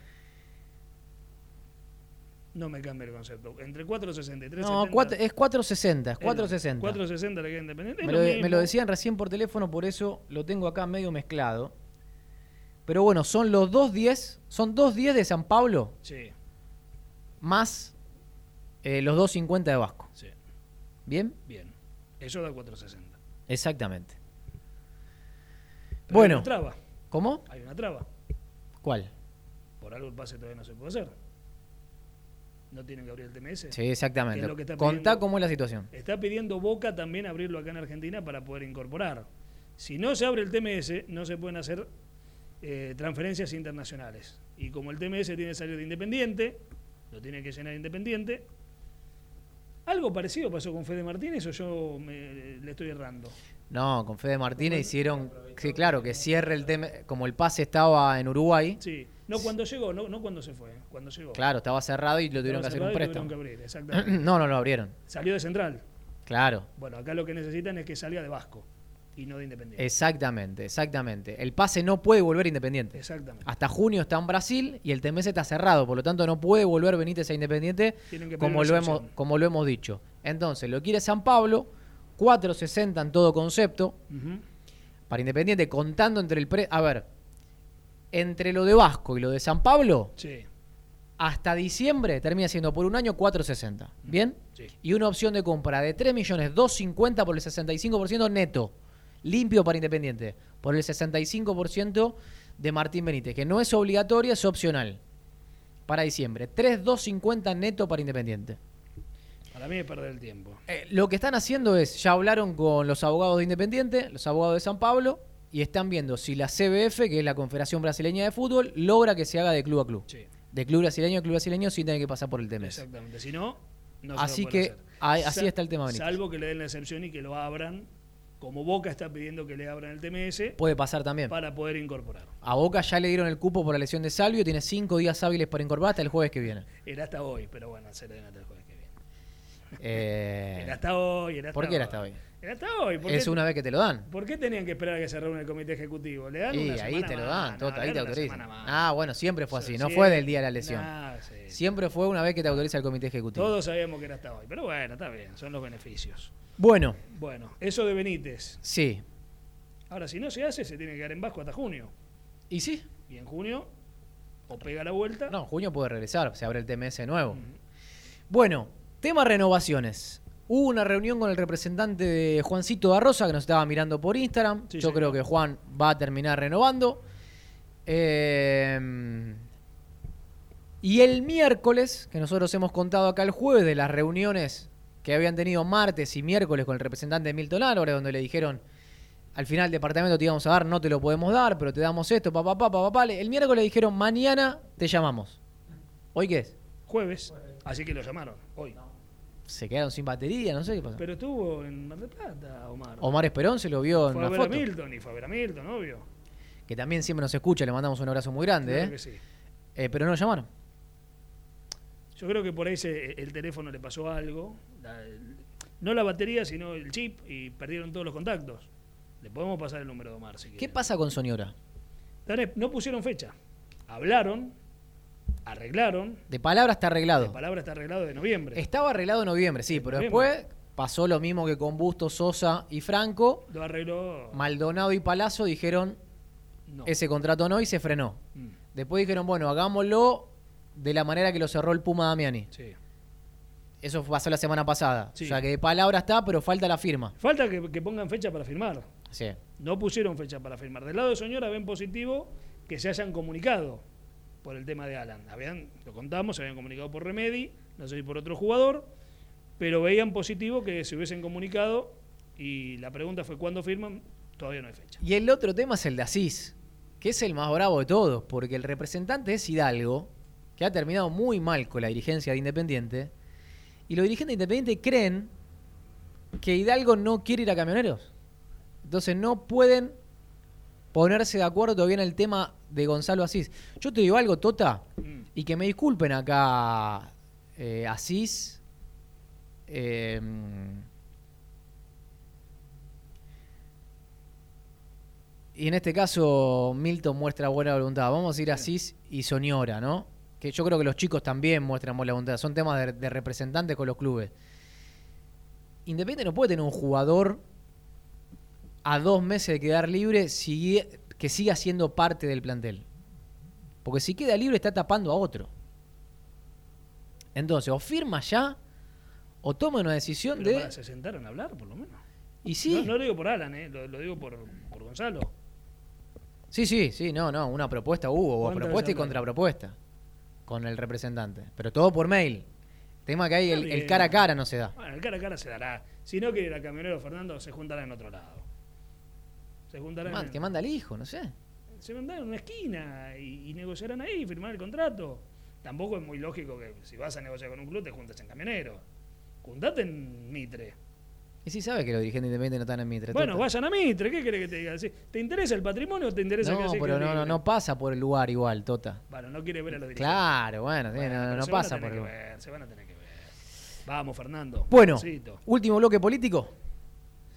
No me cambia el concepto. Entre cuatrocientos sesenta y No, trescientos setenta. cuatro- es cuatrocientos sesenta, es es lo- cuatrocientos sesenta. cuatrocientos sesenta le queda Independiente. Es Me lo lo, de- mismo. me lo decían recién por teléfono, por eso lo tengo acá medio mezclado. Pero bueno, son los doscientos diez, son doscientos diez de San Pablo, Sí, más eh, los doscientos cincuenta de Vasco. sí. ¿Bien? Bien. Eso da cuatrocientos sesenta. Exactamente. Pero Bueno. Hay una traba. ¿Cómo? Hay una traba. ¿Cuál? Por algo el pase todavía no se puede hacer. No tienen que abrir el T M S. Sí, exactamente. Que es lo que está Contá pidiendo- cómo es la situación. Está pidiendo Boca también abrirlo acá en Argentina para poder incorporar. Si no se abre el T M S, no se pueden hacer eh, transferencias internacionales. Y como el T M S tiene que salir de Independiente, lo tiene que llenar Independiente. Algo parecido pasó con Fede Martínez o yo me, le estoy errando. No, con Fede Martínez hicieron, sí, claro, que cierre el tema, como el pase estaba en Uruguay, Sí, no cuando llegó, no, no cuando se fue, cuando llegó. claro, estaba cerrado y lo tuvieron que Estaba hacer un cerrado y préstamo. tuvieron que abrir, exactamente. No, no lo abrieron. Salió de Central. Claro. Bueno, acá lo que necesitan es que salga de Vasco. y no de Independiente. Exactamente, exactamente. El pase no puede volver a Independiente. Exactamente. Hasta junio está en Brasil y el T M S está cerrado, por lo tanto no puede volver Benítez a Independiente como lo, hemos, como lo hemos dicho. Entonces, lo quiere San Pablo, cuatro sesenta en todo concepto. Uh-huh. Para Independiente, contando entre el... Pre a ver, entre lo de Vasco y lo de San Pablo, sí. hasta diciembre termina siendo por un año cuatro sesenta. ¿Bien? Sí. Y una opción de compra de tres millones doscientos cincuenta por el sesenta y cinco por ciento neto. Limpio para Independiente, por el sesenta y cinco por ciento de Martín Benítez, que no es obligatoria, es opcional. Para diciembre, tres millones doscientos cincuenta neto para Independiente. Para mí es perder el tiempo. Eh, lo que están haciendo es, ya hablaron con los abogados de Independiente, los abogados de San Pablo, y están viendo si la C B F, que es la Confederación Brasileña de Fútbol, logra que se haga de club a club. Sí. De club brasileño a club brasileño sin tener que pasar por el T M S. Exactamente, si no, no se así lo que hacer. Hay, así Sal, está el tema Benítez. Salvo que le den la excepción y que lo abran, como Boca está pidiendo que le abran el T M S. Puede pasar también. Para poder incorporar. A Boca ya le dieron el cupo por la lesión de Salvio, tiene cinco días hábiles para incorporar hasta el jueves que viene. Era hasta hoy, pero bueno, se le den hasta el jueves que viene. Eh... Era hasta hoy, era hasta ¿Por qué hoy. era hasta hoy? Era hasta hoy. Es una vez que te lo dan. ¿Por qué tenían que esperar a que se reúna el comité ejecutivo? Le dan y una ahí te lo dan, más, todo, no, ahí te autorizan. Ah, bueno, siempre fue así, no sí, fue del día de la lesión. Nah, sí. Siempre fue una vez que te autoriza el comité ejecutivo. Todos sabíamos que era hasta hoy, pero bueno, está bien, son los beneficios. Bueno. Bueno, eso de Benítez. Sí. Ahora, si no se hace, se tiene que quedar en Vasco hasta junio. ¿Y sí? Y en junio, o pega la vuelta. No, en junio puede regresar, se abre el T M S nuevo. Uh-huh. Bueno, tema renovaciones. Hubo una reunión con el representante de Juancito da Rosa, que nos estaba mirando por Instagram. Sí, Yo sí, creo no. que Juan va a terminar renovando. Eh, y el miércoles, que nosotros hemos contado acá el jueves, de las reuniones que habían tenido martes y miércoles con el representante de Milton Álvarez, donde le dijeron, al final el departamento te íbamos a dar, no te lo podemos dar, pero te damos esto, papá, papá, papá. El miércoles le dijeron, mañana te llamamos. ¿Hoy qué es? Jueves. Así que lo llamaron, hoy. Se quedaron sin batería, no sé qué pasó. Pero estuvo en Mar del Plata, Omar. Omar Esperón se lo vio en fue una a ver foto. A Milton, y fue a ver a Milton, obvio. Que también siempre nos escucha, le mandamos un abrazo muy grande. Claro ¿eh? que sí. Eh, pero no lo llamaron. Yo creo que por ahí se, el teléfono le pasó algo. La, el, no la batería, sino el chip, y perdieron todos los contactos. Le podemos pasar el número de Omar, si ¿Qué quieren. pasa con Soñora? No pusieron fecha. Hablaron, arreglaron. De palabra está arreglado. De palabra está arreglado de noviembre. Estaba arreglado en noviembre, sí, de pero noviembre. Después pasó lo mismo que con Bustos, Sosa y Franco. Lo arregló. Maldonado y Palazzo dijeron no. Ese contrato no y se frenó. Mm. Después dijeron, bueno, hagámoslo de la manera que lo cerró el Puma Damiani. Sí. Eso pasó la semana pasada. Sí. O sea que de palabra está, pero falta la firma. Falta que, que pongan fecha para firmar. Sí. No pusieron fecha para firmar. Del lado de Soñora ven positivo que se hayan comunicado por el tema de Alan. Habían, lo contamos, se habían comunicado por Remedi, no sé si por otro jugador, pero veían positivo que se hubiesen comunicado y la pregunta fue ¿cuándo firman? Todavía no hay fecha. Y el otro tema es el de Asís, que es el más bravo de todos, porque el representante es Hidalgo, que ha terminado muy mal con la dirigencia de Independiente, y los dirigentes de Independiente creen que Hidalgo no quiere ir a Camioneros. Entonces no pueden ponerse de acuerdo todavía en el tema de Gonzalo Asís. Yo te digo algo, Tota, mm. y que me disculpen acá eh, Asís, eh, y en este caso Milton muestra buena voluntad. Vamos a ir a Asís y Soñora, ¿no? Que yo creo que los chicos también muestran buena voluntad. Son temas de, de representantes con los clubes. Independiente no puede tener un jugador a dos meses de quedar libre sigue, que siga siendo parte del plantel. Porque si queda libre está tapando a otro. Entonces, o firma ya, o toma una decisión Pero de... para, se sentaron a hablar, por lo menos. Y sí. No, no lo digo por Alan, eh, lo, lo digo por, por Gonzalo. Sí, sí, sí, no, no, una propuesta hubo, hubo propuesta y contrapropuesta con el representante. Pero todo por mail. Tema que hay, el, el cara a cara no se da. Bueno, el cara a cara se dará. Si no quiere ir a Camionero Fernando, se juntará en otro lado. Se juntarán Man, en, que manda al hijo, no sé. Se mandarán en una esquina y, y negociarán ahí, firmar el contrato. Tampoco es muy lógico que si vas a negociar con un club te juntes en Camionero. Juntate en Mitre. Y si sabes que los dirigentes independientes no están en Mitre. Bueno, tota. vayan a Mitre, ¿qué querés que te diga? ¿Te interesa el patrimonio o te interesa no, que así pero que no, no, no pasa por el lugar igual, Tota. Bueno, no quiere ver a los dirigentes. Claro, bueno, bueno no, no pasa por el lugar. Ver, se van a tener que ver. Vamos, Fernando. Bueno, Pasito. Último bloque político.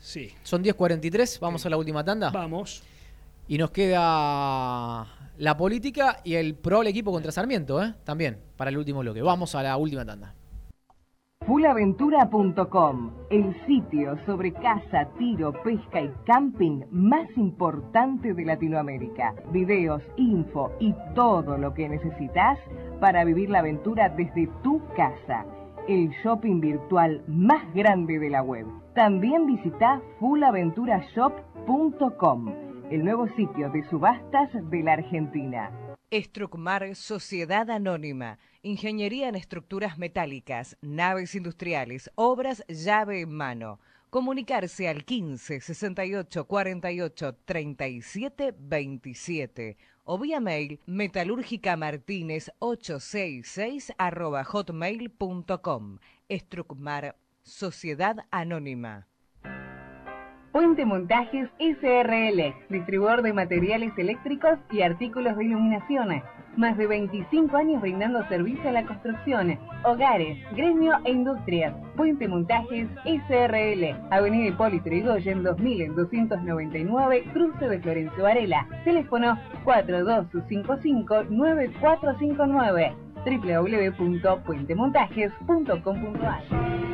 Sí. Son diez cuarenta y tres, vamos sí. a la última tanda. Vamos. Y nos queda la política y el probable equipo contra Sarmiento, ¿eh? También, para el último bloque. Vamos a la última tanda. full aventura punto com, el sitio sobre caza, tiro, pesca y camping más importante de Latinoamérica. Videos, info y todo lo que necesitas para vivir la aventura desde tu casa. El shopping virtual más grande de la web. También visita full aventura shop punto com, el nuevo sitio de subastas de la Argentina. Estrucmar Sociedad Anónima, Ingeniería en Estructuras Metálicas, Naves Industriales, Obras llave en mano. Comunicarse al quince, sesenta y ocho, cuarenta y ocho, treinta y siete, veintisiete o vía mail metalúrgicamartínez ochocientos sesenta y seis arroba hotmail punto com. Estrucmar Sociedad Anónima. Puente Montajes S R L, distribuidor de materiales eléctricos y artículos de iluminación. Más de veinticinco años brindando servicio a la construcción, hogares, gremio e industrias. Puente Montajes S R L, Avenida Hipólito Yrigoyen dos mil doscientos noventa y nueve, cruce de Florencio Varela. Teléfono cuatro dos cinco cinco, nueve cuatro cinco nueve, doble u doble u doble u punto puente montajes punto com punto a r.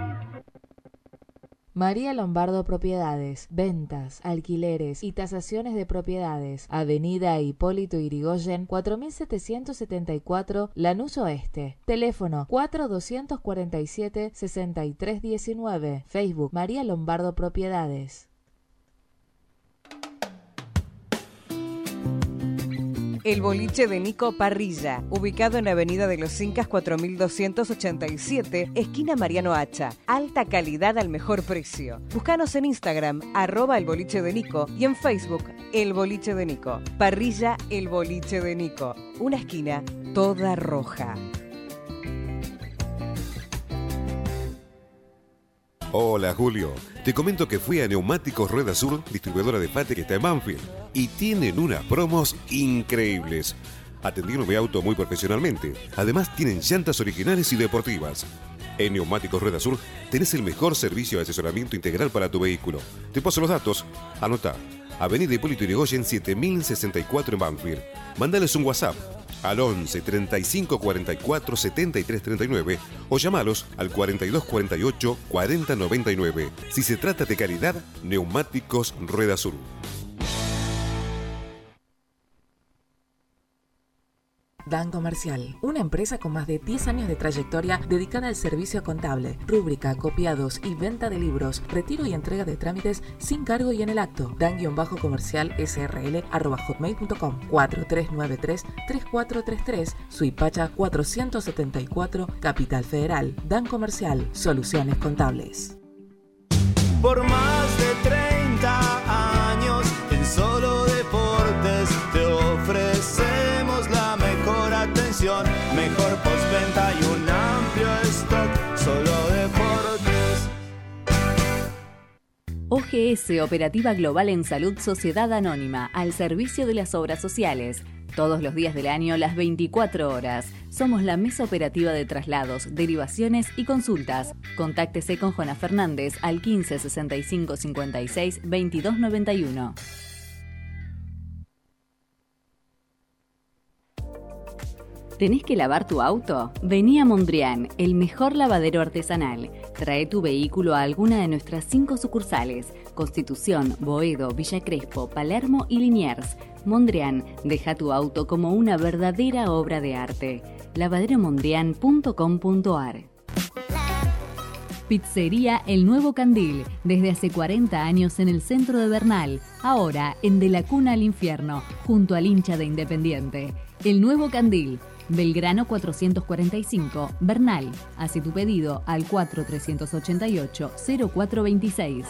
María Lombardo Propiedades, ventas, alquileres y tasaciones de propiedades. Avenida Hipólito Yrigoyen cuatro mil setecientos setenta y cuatro, Lanús Oeste. Teléfono cuatro dos cuatro siete, seis tres uno nueve. Facebook María Lombardo Propiedades. El Boliche de Nico Parrilla, ubicado en Avenida de los Incas cuatro mil doscientos ochenta y siete, esquina Mariano Hacha. Alta calidad al mejor precio. Búscanos en Instagram, arroba el Boliche de Nico, y en Facebook, El Boliche de Nico. Parrilla El Boliche de Nico. Una esquina toda roja. Hola Julio, te comento que fui a Neumáticos Rueda Sur, distribuidora de Fate que está en Banfield, y tienen unas promos increíbles. Atendieron mi auto muy profesionalmente, además tienen llantas originales y deportivas. En Neumáticos Rueda Sur tenés el mejor servicio de asesoramiento integral para tu vehículo. Te paso los datos, anotá, Avenida Hipólito Yrigoyen siete mil sesenta y cuatro en Banfield. Mándales un WhatsApp al once, treinta y cinco, cuarenta y cuatro, setenta y tres, treinta y nueve o llamalos al cuarenta y dos, cuarenta y ocho, cuarenta, noventa y nueve. Si se trata de calidad, Neumáticos Rueda Sur. Dan Comercial, una empresa con más de diez años de trayectoria dedicada al servicio contable, rúbrica, copiados y venta de libros, retiro y entrega de trámites sin cargo y en el acto. Dan-comercial srl arroba hotmail punto com, cuatro tres nueve tres, tres cuatro tres tres, Suipacha cuatrocientos setenta y cuatro, Capital Federal. Dan Comercial, soluciones contables. Por más de treinta años en Solo Deportes te ofrecemos la mejor atención, mejor postventa y un amplio stock. Solo Deportes. O G S Operativa Global en Salud Sociedad Anónima, al servicio de las obras sociales. Todos los días del año, las veinticuatro horas. Somos la mesa operativa de traslados, derivaciones y consultas. Contáctese con Jona Fernández al quince, sesenta y cinco, cincuenta y seis, veintidós noventa y uno. ¿Tenés que lavar tu auto? Vení a Mondrian, el mejor lavadero artesanal. Trae tu vehículo a alguna de nuestras cinco sucursales: Constitución, Boedo, Villa Crespo, Palermo y Liniers. Mondrian, deja tu auto como una verdadera obra de arte. lavadero mondrian punto com punto a r. Pizzería El Nuevo Candil, desde hace cuarenta años en el centro de Bernal, ahora en De la Cuna al Infierno, junto al hincha de Independiente. El Nuevo Candil, Belgrano cuatrocientos cuarenta y cinco, Bernal. Hace tu pedido al cuatro tres ocho ocho, cero cuatro dos seis.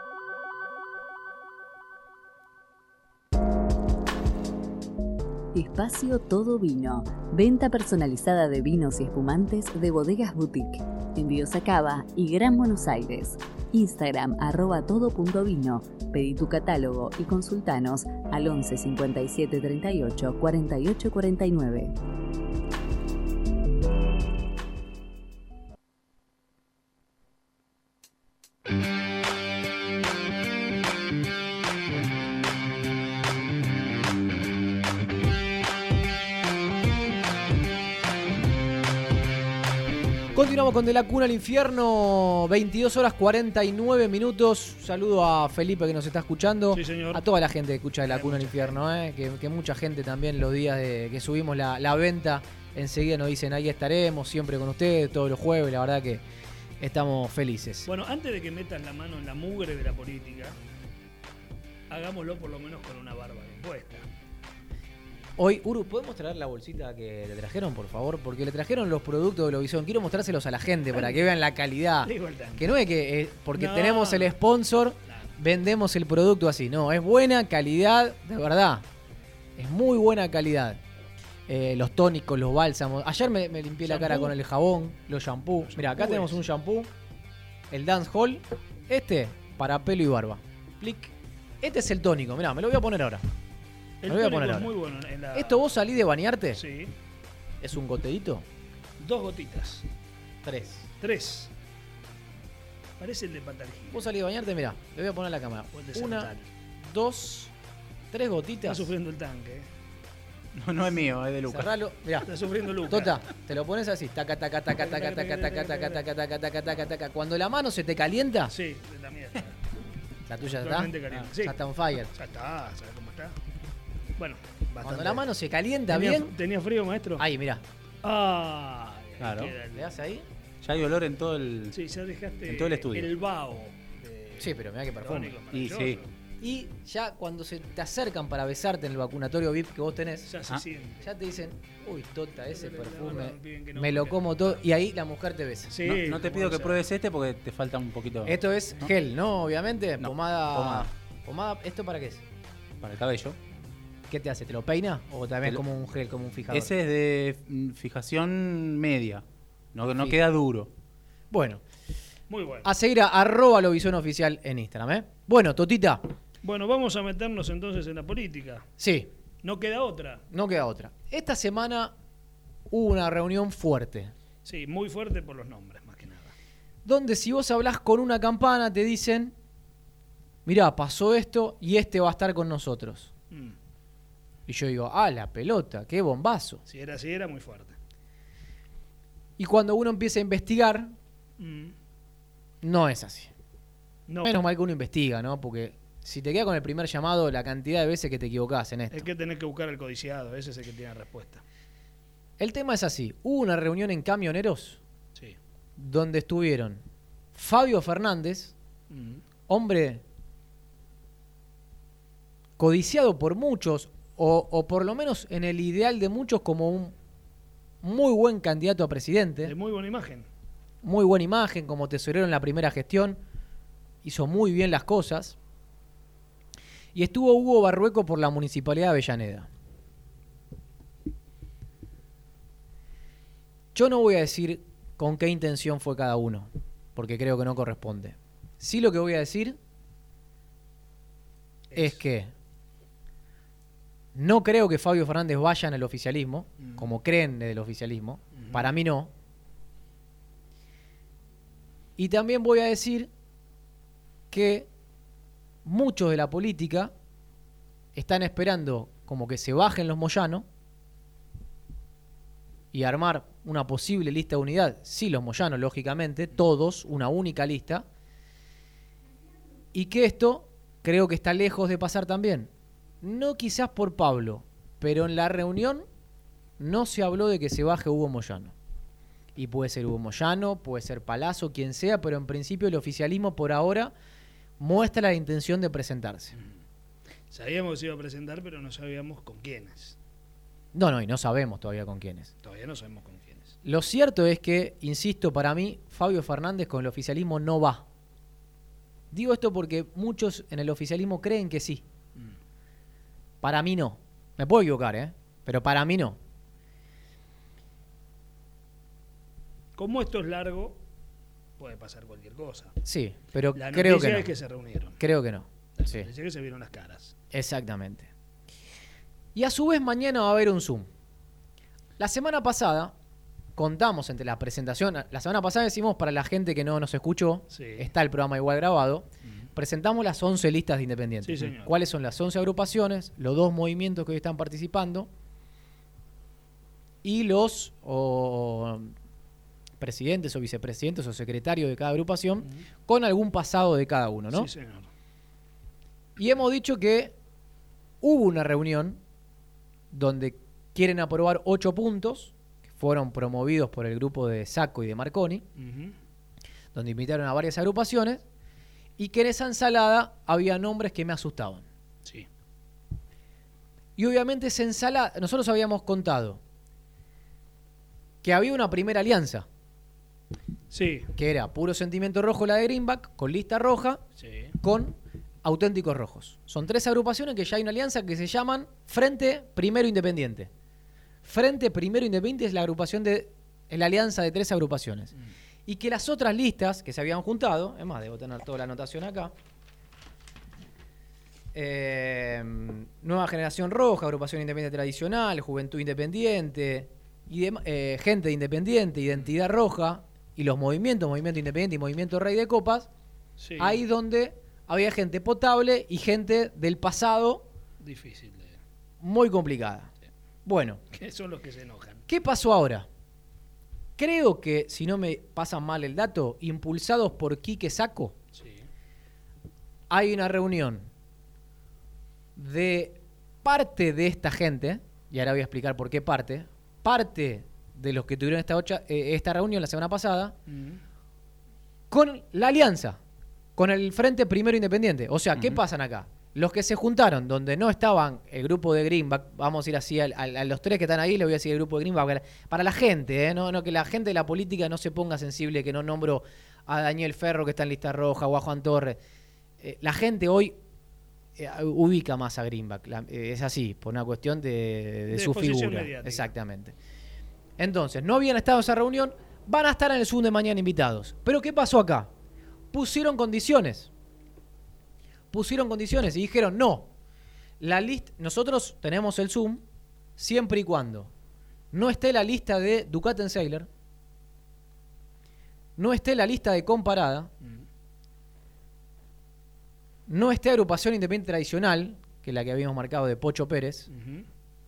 Espacio Todo Vino. Venta personalizada de vinos y espumantes de Bodegas Boutique. Envíos a Cava y Gran Buenos Aires. Instagram arroba todo.vino. Pedí tu catálogo y consultanos al once, cincuenta y siete, treinta y ocho, cuarenta y ocho, cuarenta y nueve. Continuamos con De la Cuna al Infierno, veintidós horas cuarenta y nueve minutos. Saludo a Felipe que nos está escuchando. Sí, señor. A toda la gente que escucha De la Cuna al Infierno, eh, que, que mucha gente también los días de que subimos la, la venta, enseguida nos dicen ahí estaremos, siempre con ustedes, todos los jueves. La verdad que estamos felices. Bueno, antes de que metas la mano en la mugre de la política, hagámoslo por lo menos con una barba bien puesta. Hoy, Uru, ¿podemos traer la bolsita que le trajeron, por favor? Porque le trajeron los productos de Globovisión. Quiero mostrárselos a la gente para que vean la calidad. Que no es que eh, porque No. tenemos el sponsor, vendemos el producto así. No, es buena calidad, de verdad. Es muy buena calidad. Eh, los tónicos, los bálsamos. Ayer me, me limpié la cara ¿Shampoo? con el jabón, los shampoos. Mira, acá shampoos. tenemos un shampoo. El Dance Hall. Este, para pelo y barba. Plic. Este es el tónico. Mirá, me lo voy a poner ahora. El Me lo voy a tónico poner es ahora. muy bueno. En la... ¿Esto vos salís de bañarte? Sí. ¿Es un gotedito? Dos gotitas. Tres. Tres. Parece el de Patalgil. Vos salís de bañarte, mirá, le voy a poner la cámara. O el de Una, Santal. dos, tres Está gotitas. sufriendo el tanque. eh. No, no es mío, es de Lucas. Cerralo, mirá. Está sufriendo Lucas. Tota, te lo pones así. Taca, taca, taca, taca, taca, taca, taca, taca, taca, taca, taca, taca. Cuando la mano se te calienta, Sí, de la mierda. la tuya está. Totalmente caliente. Sí. Ya está on fire. Ya está, ¿sabes cómo está? Bueno, bastante. Cuando la mano se calienta ¿Tenía, bien. ¿Tenía frío, maestro? Ahí, mirá. Ah, Claro. ¿Le das ahí? Ya hay olor en todo el. Sí, ya dejaste En todo el estudio. el vaho. de- Sí, pero mirá que perfume. Tónico, Y maravilloso. sí. Y ya cuando se te acercan para besarte en el vacunatorio V I P que vos tenés, Ya se Ah. siente. ya te dicen, uy, Tota, ese Le- le- le- perfume, le piden que no me lo porque- como todo. Y ahí la mujer te besa. Sí, No, no te como pido que sea. pruebes este porque te falta un poquito. Esto es ¿No? gel, ¿no? Obviamente. No, pomada, pomada. pomada. ¿Esto para qué es? Para el cabello. ¿Qué te hace? ¿Te lo peina? ¿O también Te lo- como un gel, como un fijador? Ese es de mm, fijación media. No, no Sí. queda duro. Bueno, Muy bueno. a seguir a arroba Globovisión oficial en Instagram, ¿eh? Bueno, Totita, Bueno, vamos a meternos entonces en la política. sí, No queda otra. no queda otra. Esta semana hubo una reunión fuerte, Sí, muy fuerte por los nombres, más que nada. donde si vos hablás con una campana te dicen, mirá, pasó esto y este va a estar con nosotros. Mm. Y yo digo, ah, la pelota, qué bombazo. Si era así, era muy fuerte. Y cuando uno empieza a investigar, Mm. no es así. No, Menos mal que uno investiga, ¿no? Porque si te queda con el primer llamado, la cantidad de veces que te equivocás en esto. es que tenés que buscar el codiciado. Ese es el que tiene respuesta. El tema es así. Hubo una reunión en Camioneros Sí. donde estuvieron Fabio Fernández, Mm. hombre codiciado por muchos, o, o por lo menos en el ideal de muchos como un muy buen candidato a De presidente, muy buena imagen. muy buena imagen como tesorero en la primera gestión, hizo muy bien las cosas. Y estuvo Hugo Barrueco por la Municipalidad de Avellaneda. Yo no voy a decir con qué intención fue cada uno, porque creo que no corresponde. Sí, lo que voy a decir es que no creo que Fabio Fernández vaya en el oficialismo, Mm. como creen del oficialismo. Ujú. Para mí no. Y también voy a decir que muchos de la política están esperando como que se bajen los Moyano y armar una posible lista de unidad. Sí, los Moyano, lógicamente, todos, una única lista. Y que esto creo que está lejos de pasar también. No quizás por Pablo, pero en la reunión no se habló de que se baje Hugo Moyano. Y puede ser Hugo Moyano, puede ser Palazzo, quien sea, pero en principio el oficialismo por ahora muestra la intención de presentarse. Sabíamos que se iba a presentar, pero no sabíamos con quiénes. No, no, y no sabemos todavía con quiénes. Todavía no sabemos con quiénes. Lo cierto es que, insisto, para mí, Fabio Fernández con el oficialismo no va. Digo esto porque muchos en el oficialismo creen que sí. Mm. Para mí no. Me puedo equivocar, ¿eh? Pero para mí no. Como esto es largo, puede pasar cualquier cosa. Sí, pero La creo noticia que no. es que se reunieron. Creo que no. La Sí, noticia es que se vieron las caras. exactamente. Y a su vez mañana va a haber un Zoom. La semana pasada contamos entre la presentación, la semana pasada decimos para la gente que no nos escuchó, Sí. está el programa igual grabado, Mm. presentamos las once listas de independientes. Sí, señor. ¿Cuáles son las once agrupaciones? Los dos movimientos que hoy están participando y los o, presidentes o vicepresidentes o secretarios de cada agrupación, uh-huh. con algún pasado de cada uno, ¿no? Sí, señor. Y hemos dicho que hubo una reunión donde quieren aprobar ocho puntos que fueron promovidos por el grupo de Sacco y de Marconi, uh-huh. donde invitaron a varias agrupaciones, y que en esa ensalada había nombres que me asustaban. Sí. Y obviamente esa ensalada, nosotros habíamos contado que había una primera alianza. Sí. Que era Puro Sentimiento Rojo, la de Greenback, con lista roja, sí. con Auténticos Rojos. Son tres agrupaciones que ya hay una alianza que se llaman Frente Primero Independiente. Frente Primero Independiente es la agrupación de, es la alianza de tres agrupaciones. Mm. Y que las otras listas que se habían juntado, es más, debo tener toda la anotación acá. Eh, Nueva Generación Roja, Agrupación Independiente Tradicional, Juventud Independiente, y de, eh, Gente Independiente, Identidad Roja, y los movimientos, Movimiento Independiente y Movimiento Rey de Copas, sí. ahí donde había gente potable y gente del pasado difícil de... muy complicada. Sí. Bueno. ¿Qué son los que se enojan? ¿Qué pasó ahora? Creo que, si no me pasan mal el dato, impulsados por Quique Sacco, sí. hay una reunión de parte de esta gente, y ahora voy a explicar por qué parte, parte de los que tuvieron esta, ocha, eh, esta reunión la semana pasada, mm. con la alianza, con el Frente Primero Independiente. O sea, uh-huh. ¿qué pasan acá? Los que se juntaron, donde no estaban el grupo de Greenback, vamos a ir así a, a, a los tres que están ahí, les voy a decir el grupo de Greenback, para la gente, ¿eh? no, no que la gente de la política no se ponga sensible, que no nombro a Daniel Ferro, que está en lista roja, o a Juan Torres. Eh, la gente hoy eh, ubica más a Greenback, la, eh, es así, por una cuestión de, de, de su figura. Mediática. Exactamente. Entonces, no habían estado en esa reunión, van a estar en el Zoom de mañana invitados. Pero ¿qué pasó acá? Pusieron condiciones. Pusieron condiciones y dijeron, no, la lista, nosotros tenemos el Zoom siempre y cuando no esté la lista de Ducaten-Seiler, no esté la lista de Comparada, mm. no esté Agrupación Independiente Tradicional, que es la que habíamos marcado de Pocho Pérez, uh-huh.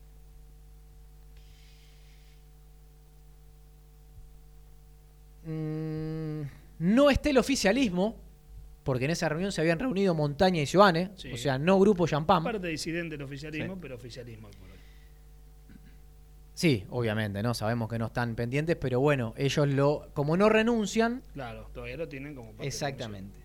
mm, no esté el oficialismo, porque en esa reunión se habían reunido Montaña y Giovane, sí. o sea, no Grupo Champán. Parte disidente del oficialismo, sí. pero oficialismo por hoy. Sí, obviamente, ¿no? Sabemos que no están pendientes, pero bueno, ellos lo, como no renuncian... Claro, todavía lo tienen como parte. Exactamente.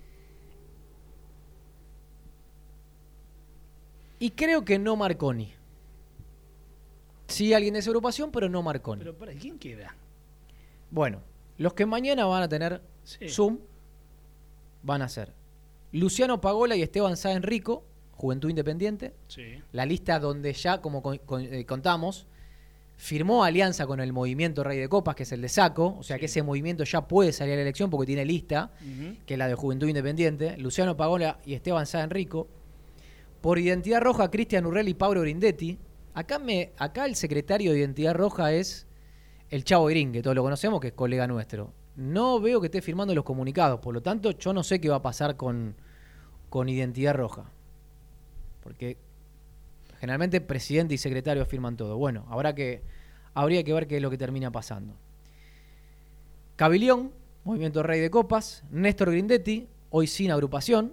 Y creo que no Marconi. Sí, alguien de esa agrupación, pero no Marconi. Pero para ¿quién queda? Bueno, los que mañana van a tener sí. Zoom van a ser Luciano Pagola y Esteban Sáenz Rico, Juventud Independiente. Sí. La lista donde ya, como con, con, eh, contamos, firmó alianza con el movimiento Rey de Copas, que es el de Sacco, o sea sí. que ese movimiento ya puede salir a la elección porque tiene lista, uh-huh. que es la de Juventud Independiente. Luciano Pagola y Esteban Sáenz Rico. Por Identidad Roja, Cristian Urrell y Pablo Grindetti. Acá, me, acá el secretario de Identidad Roja es el Chavo Green, que todos lo conocemos, que es colega nuestro. No veo que esté firmando los comunicados, por lo tanto yo no sé qué va a pasar con, con Identidad Roja. Porque generalmente presidente y secretario firman todo. Bueno, habrá que, habría que ver qué es lo que termina pasando. Cabilión, Movimiento Rey de Copas, Néstor Grindetti, hoy sin agrupación,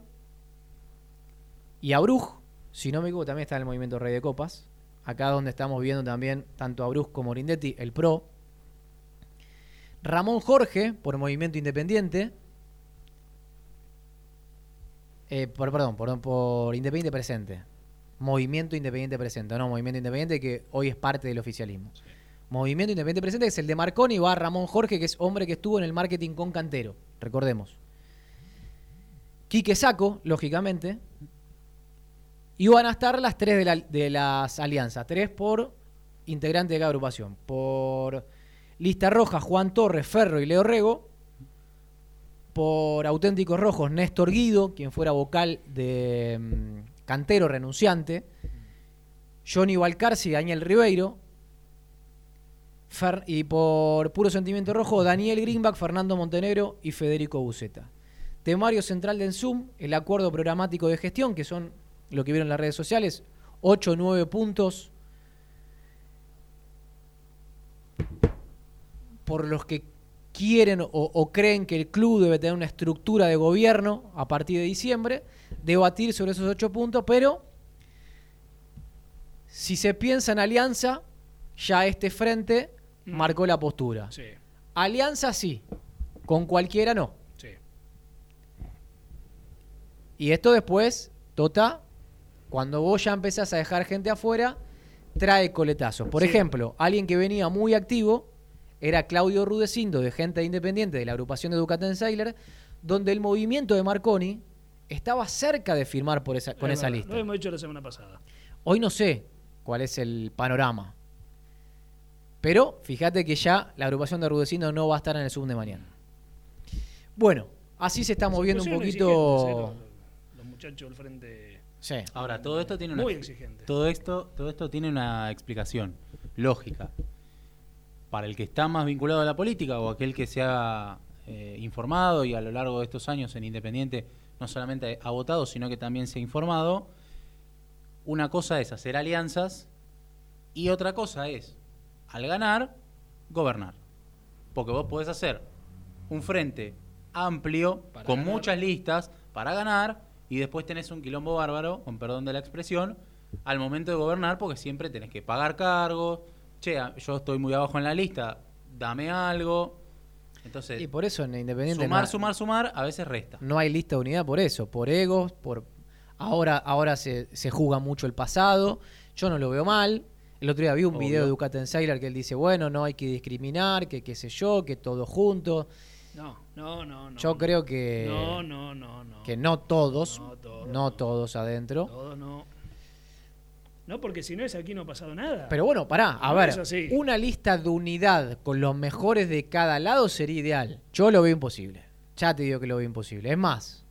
y Abruj, si no me equivoco, también está en el Movimiento Rey de Copas. Acá donde estamos viendo también tanto Abruj como Grindetti, el PRO. Ramón Jorge, por Movimiento Independiente. Eh, por, perdón, por, por Independiente Presente. Movimiento Independiente Presente. No, Movimiento Independiente que hoy es parte del oficialismo. Sí. Movimiento Independiente Presente, que es el de Marconi, va a Ramón Jorge, que es hombre que estuvo en el marketing con Cantero. Recordemos. Quique Sacco, lógicamente. Y van a estar las tres de, la, de las alianzas. Tres por integrante de cada agrupación. Por Lista Roja, Juan Torres, Ferro y Leo Rego. Por Auténticos Rojos, Néstor Guido, quien fuera vocal de um, Cantero renunciante. Johnny Valcarce y Daniel Ribeiro. Fer, y por Puro Sentimiento Rojo, Daniel Greenback, Fernando Montenegro y Federico Buceta. Temario central del Zoom, el acuerdo programático de gestión, que son lo que vieron en las redes sociales, ocho o nueve puntos por los que quieren o, o creen que el club debe tener una estructura de gobierno a partir de diciembre, debatir sobre esos ocho puntos, pero si se piensa en alianza, ya este frente mm. marcó la postura. Sí. Alianza sí, con cualquiera no. Sí. Y esto después, Tota, cuando vos ya empezás a dejar gente afuera, trae coletazos. Por sí. ejemplo, alguien que venía muy activo era Claudio Rudecindo, de Gente Independiente, de la agrupación de Ducatenseiler, donde el movimiento de Marconi estaba cerca de firmar por esa, con es esa verdad, lista. Lo hemos dicho la semana pasada. Hoy no sé cuál es el panorama. Pero fíjate que ya la agrupación de Rudecindo no va a estar en el Zoom de mañana. Bueno, así se está moviendo un poquito... ¿eh? Los, los muchachos del frente... Sí. Ahora, todo esto tiene una... Muy exigente. Todo esto, todo esto tiene una explicación lógica. Para el que está más vinculado a la política o aquel que se ha eh, informado y a lo largo de estos años en Independiente no solamente ha votado, sino que también se ha informado, una cosa es hacer alianzas y otra cosa es, al ganar, gobernar. Porque vos podés hacer un frente amplio, para con ganar. muchas listas, para ganar, y después tenés un quilombo bárbaro, con perdón de la expresión, al momento de gobernar, porque siempre tenés que pagar cargos. Che, yo estoy muy abajo en la lista, dame algo. Entonces, y por eso en Independiente sumar, no, sumar, sumar, a veces resta. No hay lista de unidad por eso, por egos, por ahora, ahora se, se juzga mucho el pasado. Yo no lo veo mal. El otro día vi un Obvio. video de Ducatenseiler que él dice, bueno, no hay que discriminar, que qué sé yo, que todo junto. No, no, no, no. Yo no. creo que no, no, no, no. que no todos, no, todo, no, no todos adentro. Todos no. No, porque si no es aquí no ha pasado nada. Pero bueno, pará, a no ver, una lista de unidad con los mejores de cada lado sería ideal. Yo lo veo imposible. Ya te digo que lo veo imposible. Es más,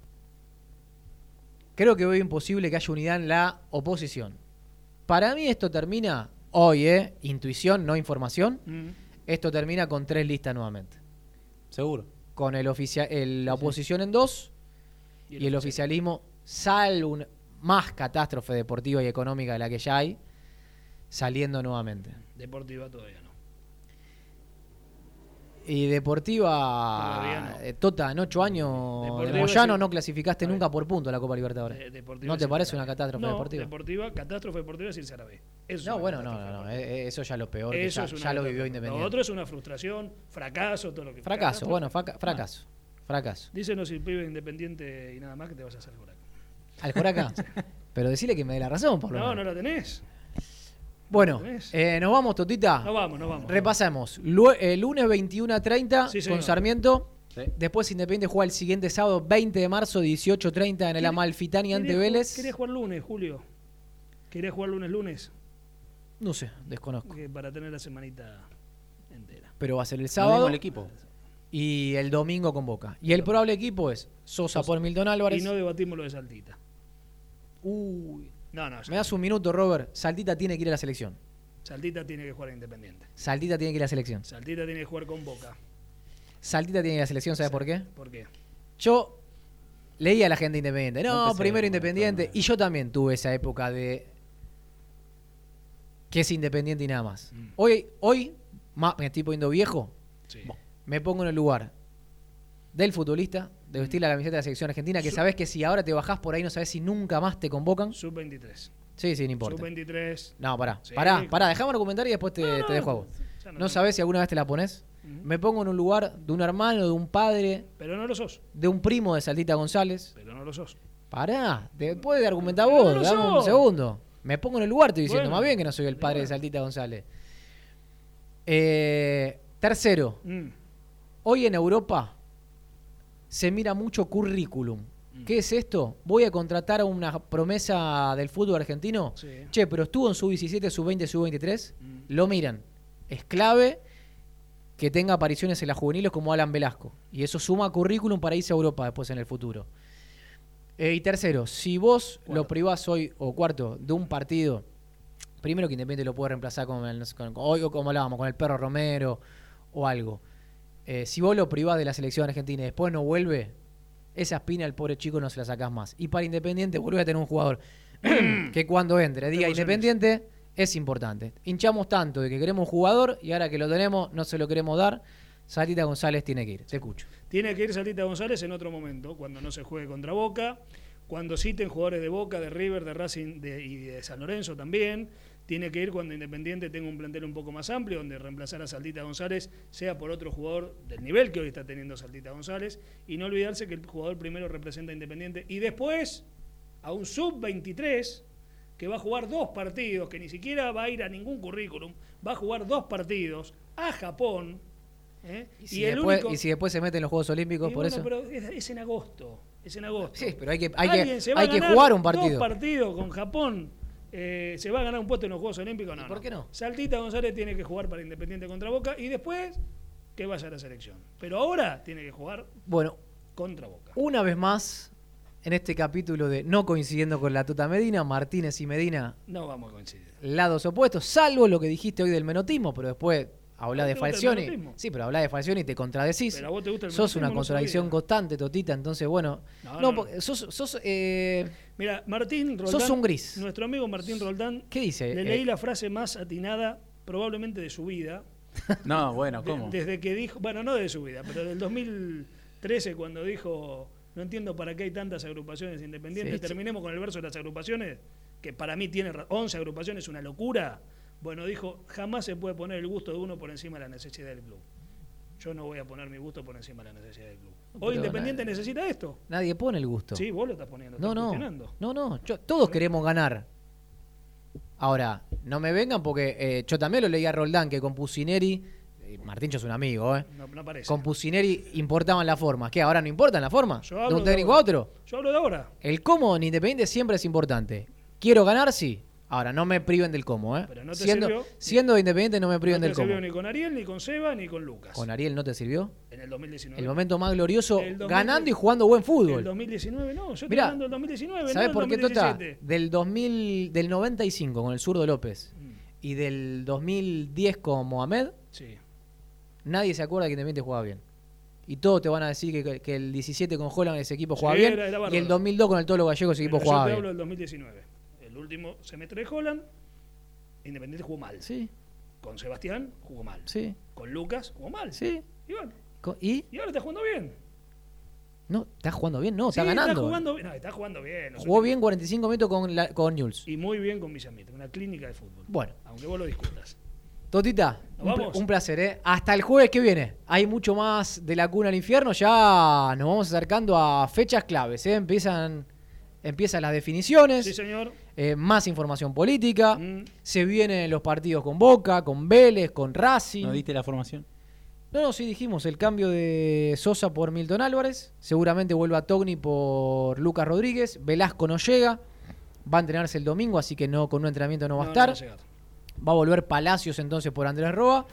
creo que veo imposible que haya unidad en la oposición. Para mí esto termina hoy, ¿eh? Intuición, no información. Mm. Esto termina con tres listas nuevamente. Seguro. Con el oficia el, la oposición sí. en dos y el, y el oficialismo, salvo un... más catástrofe deportiva y económica de la que ya hay, saliendo nuevamente. Deportiva todavía no. Y Deportiva, no. eh, Tota, en ocho años, Deportiva, Moyano sí. no clasificaste nunca por punto a la Copa Libertadores. De, ¿No te parece una catástrofe no, deportiva? Deportiva, catástrofe deportiva es irse a la B. Eso no, bueno, no, no, no, eso ya es lo peor, que ya, ya lo vivió Independiente. Lo otro es una frustración, fracaso, todo lo que... Fracaso, bueno, fraca fracaso, ah. fracaso. Dícenos si el pibe Independiente y nada más que te vas a hacer Joraca. ¿Al Joraca? Pero decirle que me dé la razón, por lo No, menos. no la tenés. Bueno, eh, nos vamos, Totita. Nos vamos, nos vamos. Repasamos. Lu eh, lunes veintiuno a treinta sí, con Sarmiento. Sí. Después Independiente juega el siguiente sábado, veinte de marzo, dieciocho treinta en el Amalfitani ante Vélez. ¿Querés jugar lunes, Julio? ¿Querés jugar lunes, lunes? No sé, desconozco. Que para tener la semanita entera. Pero va a ser el sábado. El equipo. Y el domingo con Boca. Y el probable equipo es Sosa, Sosa por Milton Álvarez. Y no debatimos lo de Saltita. Uy. No, no. Me das un minuto, Robert. Saltita tiene que ir a la selección. Saltita tiene que jugar a Independiente. Saltita tiene que ir a la selección. Saltita tiene que jugar con Boca. Saltita tiene que ir a la selección, ¿sabes sí. por qué? ¿Por qué? Yo leía a la gente Independiente. No, no primero Independiente. Bueno, y yo también tuve esa época de que es Independiente y nada más. Mm. Hoy, hoy me estoy poniendo viejo. Sí. Me pongo en el lugar del futbolista, de vestir la camiseta de la selección argentina, que Sub sabes que si ahora te bajás por ahí no sabes si nunca más te convocan. Sub veintitrés. Sí, sí, no importa. Sub veintitrés. No, pará, sí. pará, pará, dejame argumentar y después te, no, no, te dejo a vos. No, no sabes si alguna vez te la pones. Uh-huh. Me pongo en un lugar de un hermano, de un padre. Pero no lo sos. De un primo de Saltita González. Pero no lo sos. Pará, después de argumentar vos, no dame sos. un segundo. Me pongo en el lugar, estoy diciendo, bueno, más bien que no soy el padre bueno. de Saltita González. Eh, tercero, mm. hoy en Europa se mira mucho currículum. Mm. ¿Qué es esto? Voy a contratar a una promesa del fútbol argentino. Sí. Che, pero estuvo en sub diecisiete, sub veinte, sub veintitrés. Mm. Lo miran. Es clave que tenga apariciones en las juveniles como Alan Velasco. Y eso suma currículum para irse a Europa después en el futuro. Eh, y tercero, si vos cuarto. lo privás hoy, o cuarto, de un partido, primero que Independiente lo puede reemplazar con, el, con hoy o como hablábamos, con el Perro Romero o algo. Eh, si vos lo privás de la selección argentina y después no vuelve, esa espina al pobre chico no se la sacás más. Y para Independiente vuelve a tener un jugador que cuando entre diga Independiente es importante. Hinchamos tanto de que queremos un jugador y ahora que lo tenemos no se lo queremos dar. Saltita González tiene que ir, te escucho. Tiene que ir Saltita González en otro momento, cuando no se juegue contra Boca, cuando citen jugadores de Boca, de River, de Racing de, y de San Lorenzo también. Tiene que ir cuando Independiente tenga un plantel un poco más amplio, donde reemplazar a Saltita González sea por otro jugador del nivel que hoy está teniendo Saltita González. Y no olvidarse que el jugador primero representa a Independiente. Y después, a un sub veintitrés, que va a jugar dos partidos, que ni siquiera va a ir a ningún currículum, va a jugar dos partidos a Japón. ¿eh? ¿Y, si y, el después, único... y si después se mete en los Juegos Olímpicos y por bueno, eso. Pero es, es en agosto. Es en agosto. Sí, pero hay que, hay Alguien que, se va hay a que ganar jugar un partido. Dos partidos con Japón. Eh, ¿Se va a ganar un puesto en los Juegos Olímpicos? No, ¿Por no. qué no? Saltita González tiene que jugar para Independiente contra Boca y después que vaya a la selección. Pero ahora tiene que jugar bueno, contra Boca. Una vez más, en este capítulo de No coincidiendo con la Tuta Medina, Martínez y Medina, no vamos a coincidir. Lados opuestos, salvo lo que dijiste hoy del menotismo, pero después hablá de ¿A vos te gusta el Falcioni. menotismo? Sí, pero hablá de Falcioni y te contradecís. Pero a vos te gusta el sos una menotismo, no contradicción sabía. constante, Totita, entonces bueno. No, No, no, no. porque sos, sos eh, Mira, Martín Roldán. sos un gris. Nuestro amigo Martín Roldán. ¿Qué dice? Le Eh, leí la frase más atinada, probablemente de su vida. No, bueno, De- ¿cómo? desde que dijo, bueno, no de su vida, pero del dos mil trece cuando dijo, no entiendo para qué hay tantas agrupaciones independientes, Sí, terminemos con el verso de las agrupaciones, que para mí tiene ra- once agrupaciones, una locura. Bueno, dijo, jamás se puede poner el gusto de uno por encima de la necesidad del club. Yo no voy a poner mi gusto por encima de la necesidad del club. Pero Hoy Independiente nadie- necesita esto. Nadie pone el gusto. Sí, vos lo estás poniendo, No, estás no, cuestionando. no, no, yo- todos queremos ganar. Ahora, no me vengan porque eh, yo también lo leí a Roldán, que con Pusineri, eh, Martíncho es un amigo, ¿eh? No, no parece. Con Pusineri importaban las formas. ¿Qué? ¿Ahora no importan las formas? Yo ¿De hablo un de técnico a ahora. otro? Yo hablo de ahora. El cómo en Independiente siempre es importante. ¿Quiero ganar? Sí. Ahora, no me priven del cómo, ¿eh? Pero no te siendo, sirvió. siendo de Independiente no me priven No te del cómo. sirvió ni con Ariel, ni con Seba, ni con Lucas. ¿Con Ariel no te sirvió? En el dos mil diecinueve. El momento más glorioso, El dos mil ganando y jugando buen fútbol. El dos mil diecinueve no, yo estoy Mirá, hablando del dos mil diecinueve, ¿sabes no por qué, del Tota? dos mil diecisiete. Del dos mil, del noventa y cinco con el zurdo López Mm. y del dos mil diez con Mohamed, Sí. nadie se acuerda que Independiente jugaba bien. Y todos te van a decir que, que el diecisiete con Holland ese equipo jugaba Sí, bien. era- era Y el bárbaro. dos mil dos con el Tolo Gallego ese equipo Pero jugaba yo te bien. hablo del dos mil diecinueve. El último semestre de Holland, Independiente jugó mal. Sí, Con Sebastián jugó mal. sí, Con Lucas jugó mal. sí. Y bueno, Co- ¿Y? y ahora está jugando bien. No, ¿está jugando bien? No, está Sí, ganando. Está jugando bien. No, está jugando bien. Los Jugó últimos- bien cuarenta y cinco minutos con, la, con Newell's. Y muy bien con Villamita, una clínica de fútbol. Bueno, Aunque vos lo discutas. Totita, ¿Nos un, pl- vamos? un placer, ¿eh? Hasta el jueves que viene. Hay mucho más de la cuna al infierno. Ya nos vamos acercando a fechas claves, ¿eh? Empiezan, empiezan las definiciones. Sí, señor. eh, más información política. Mm. Se vienen los partidos con Boca, con Vélez, con Racing. ¿No diste la formación? No, no, sí dijimos el cambio de Sosa por Milton Álvarez. Seguramente vuelva Togni por Lucas Rodríguez. Velasco no llega. Va a entrenarse el domingo, así que no con un entrenamiento no va a estar. va a llegar. Va a volver Palacios entonces por Andrés Roa.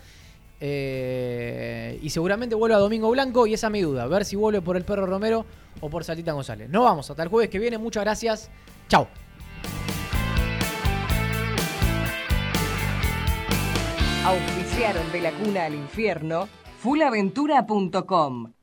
Eh, y seguramente vuelve a Domingo Blanco. Y esa es mi duda. A ver si vuelve por el Perro Romero o por Saltita González. No vamos, hasta el jueves que viene. Muchas gracias. Chao. Auspiciaron de la cuna al infierno full aventura punto com.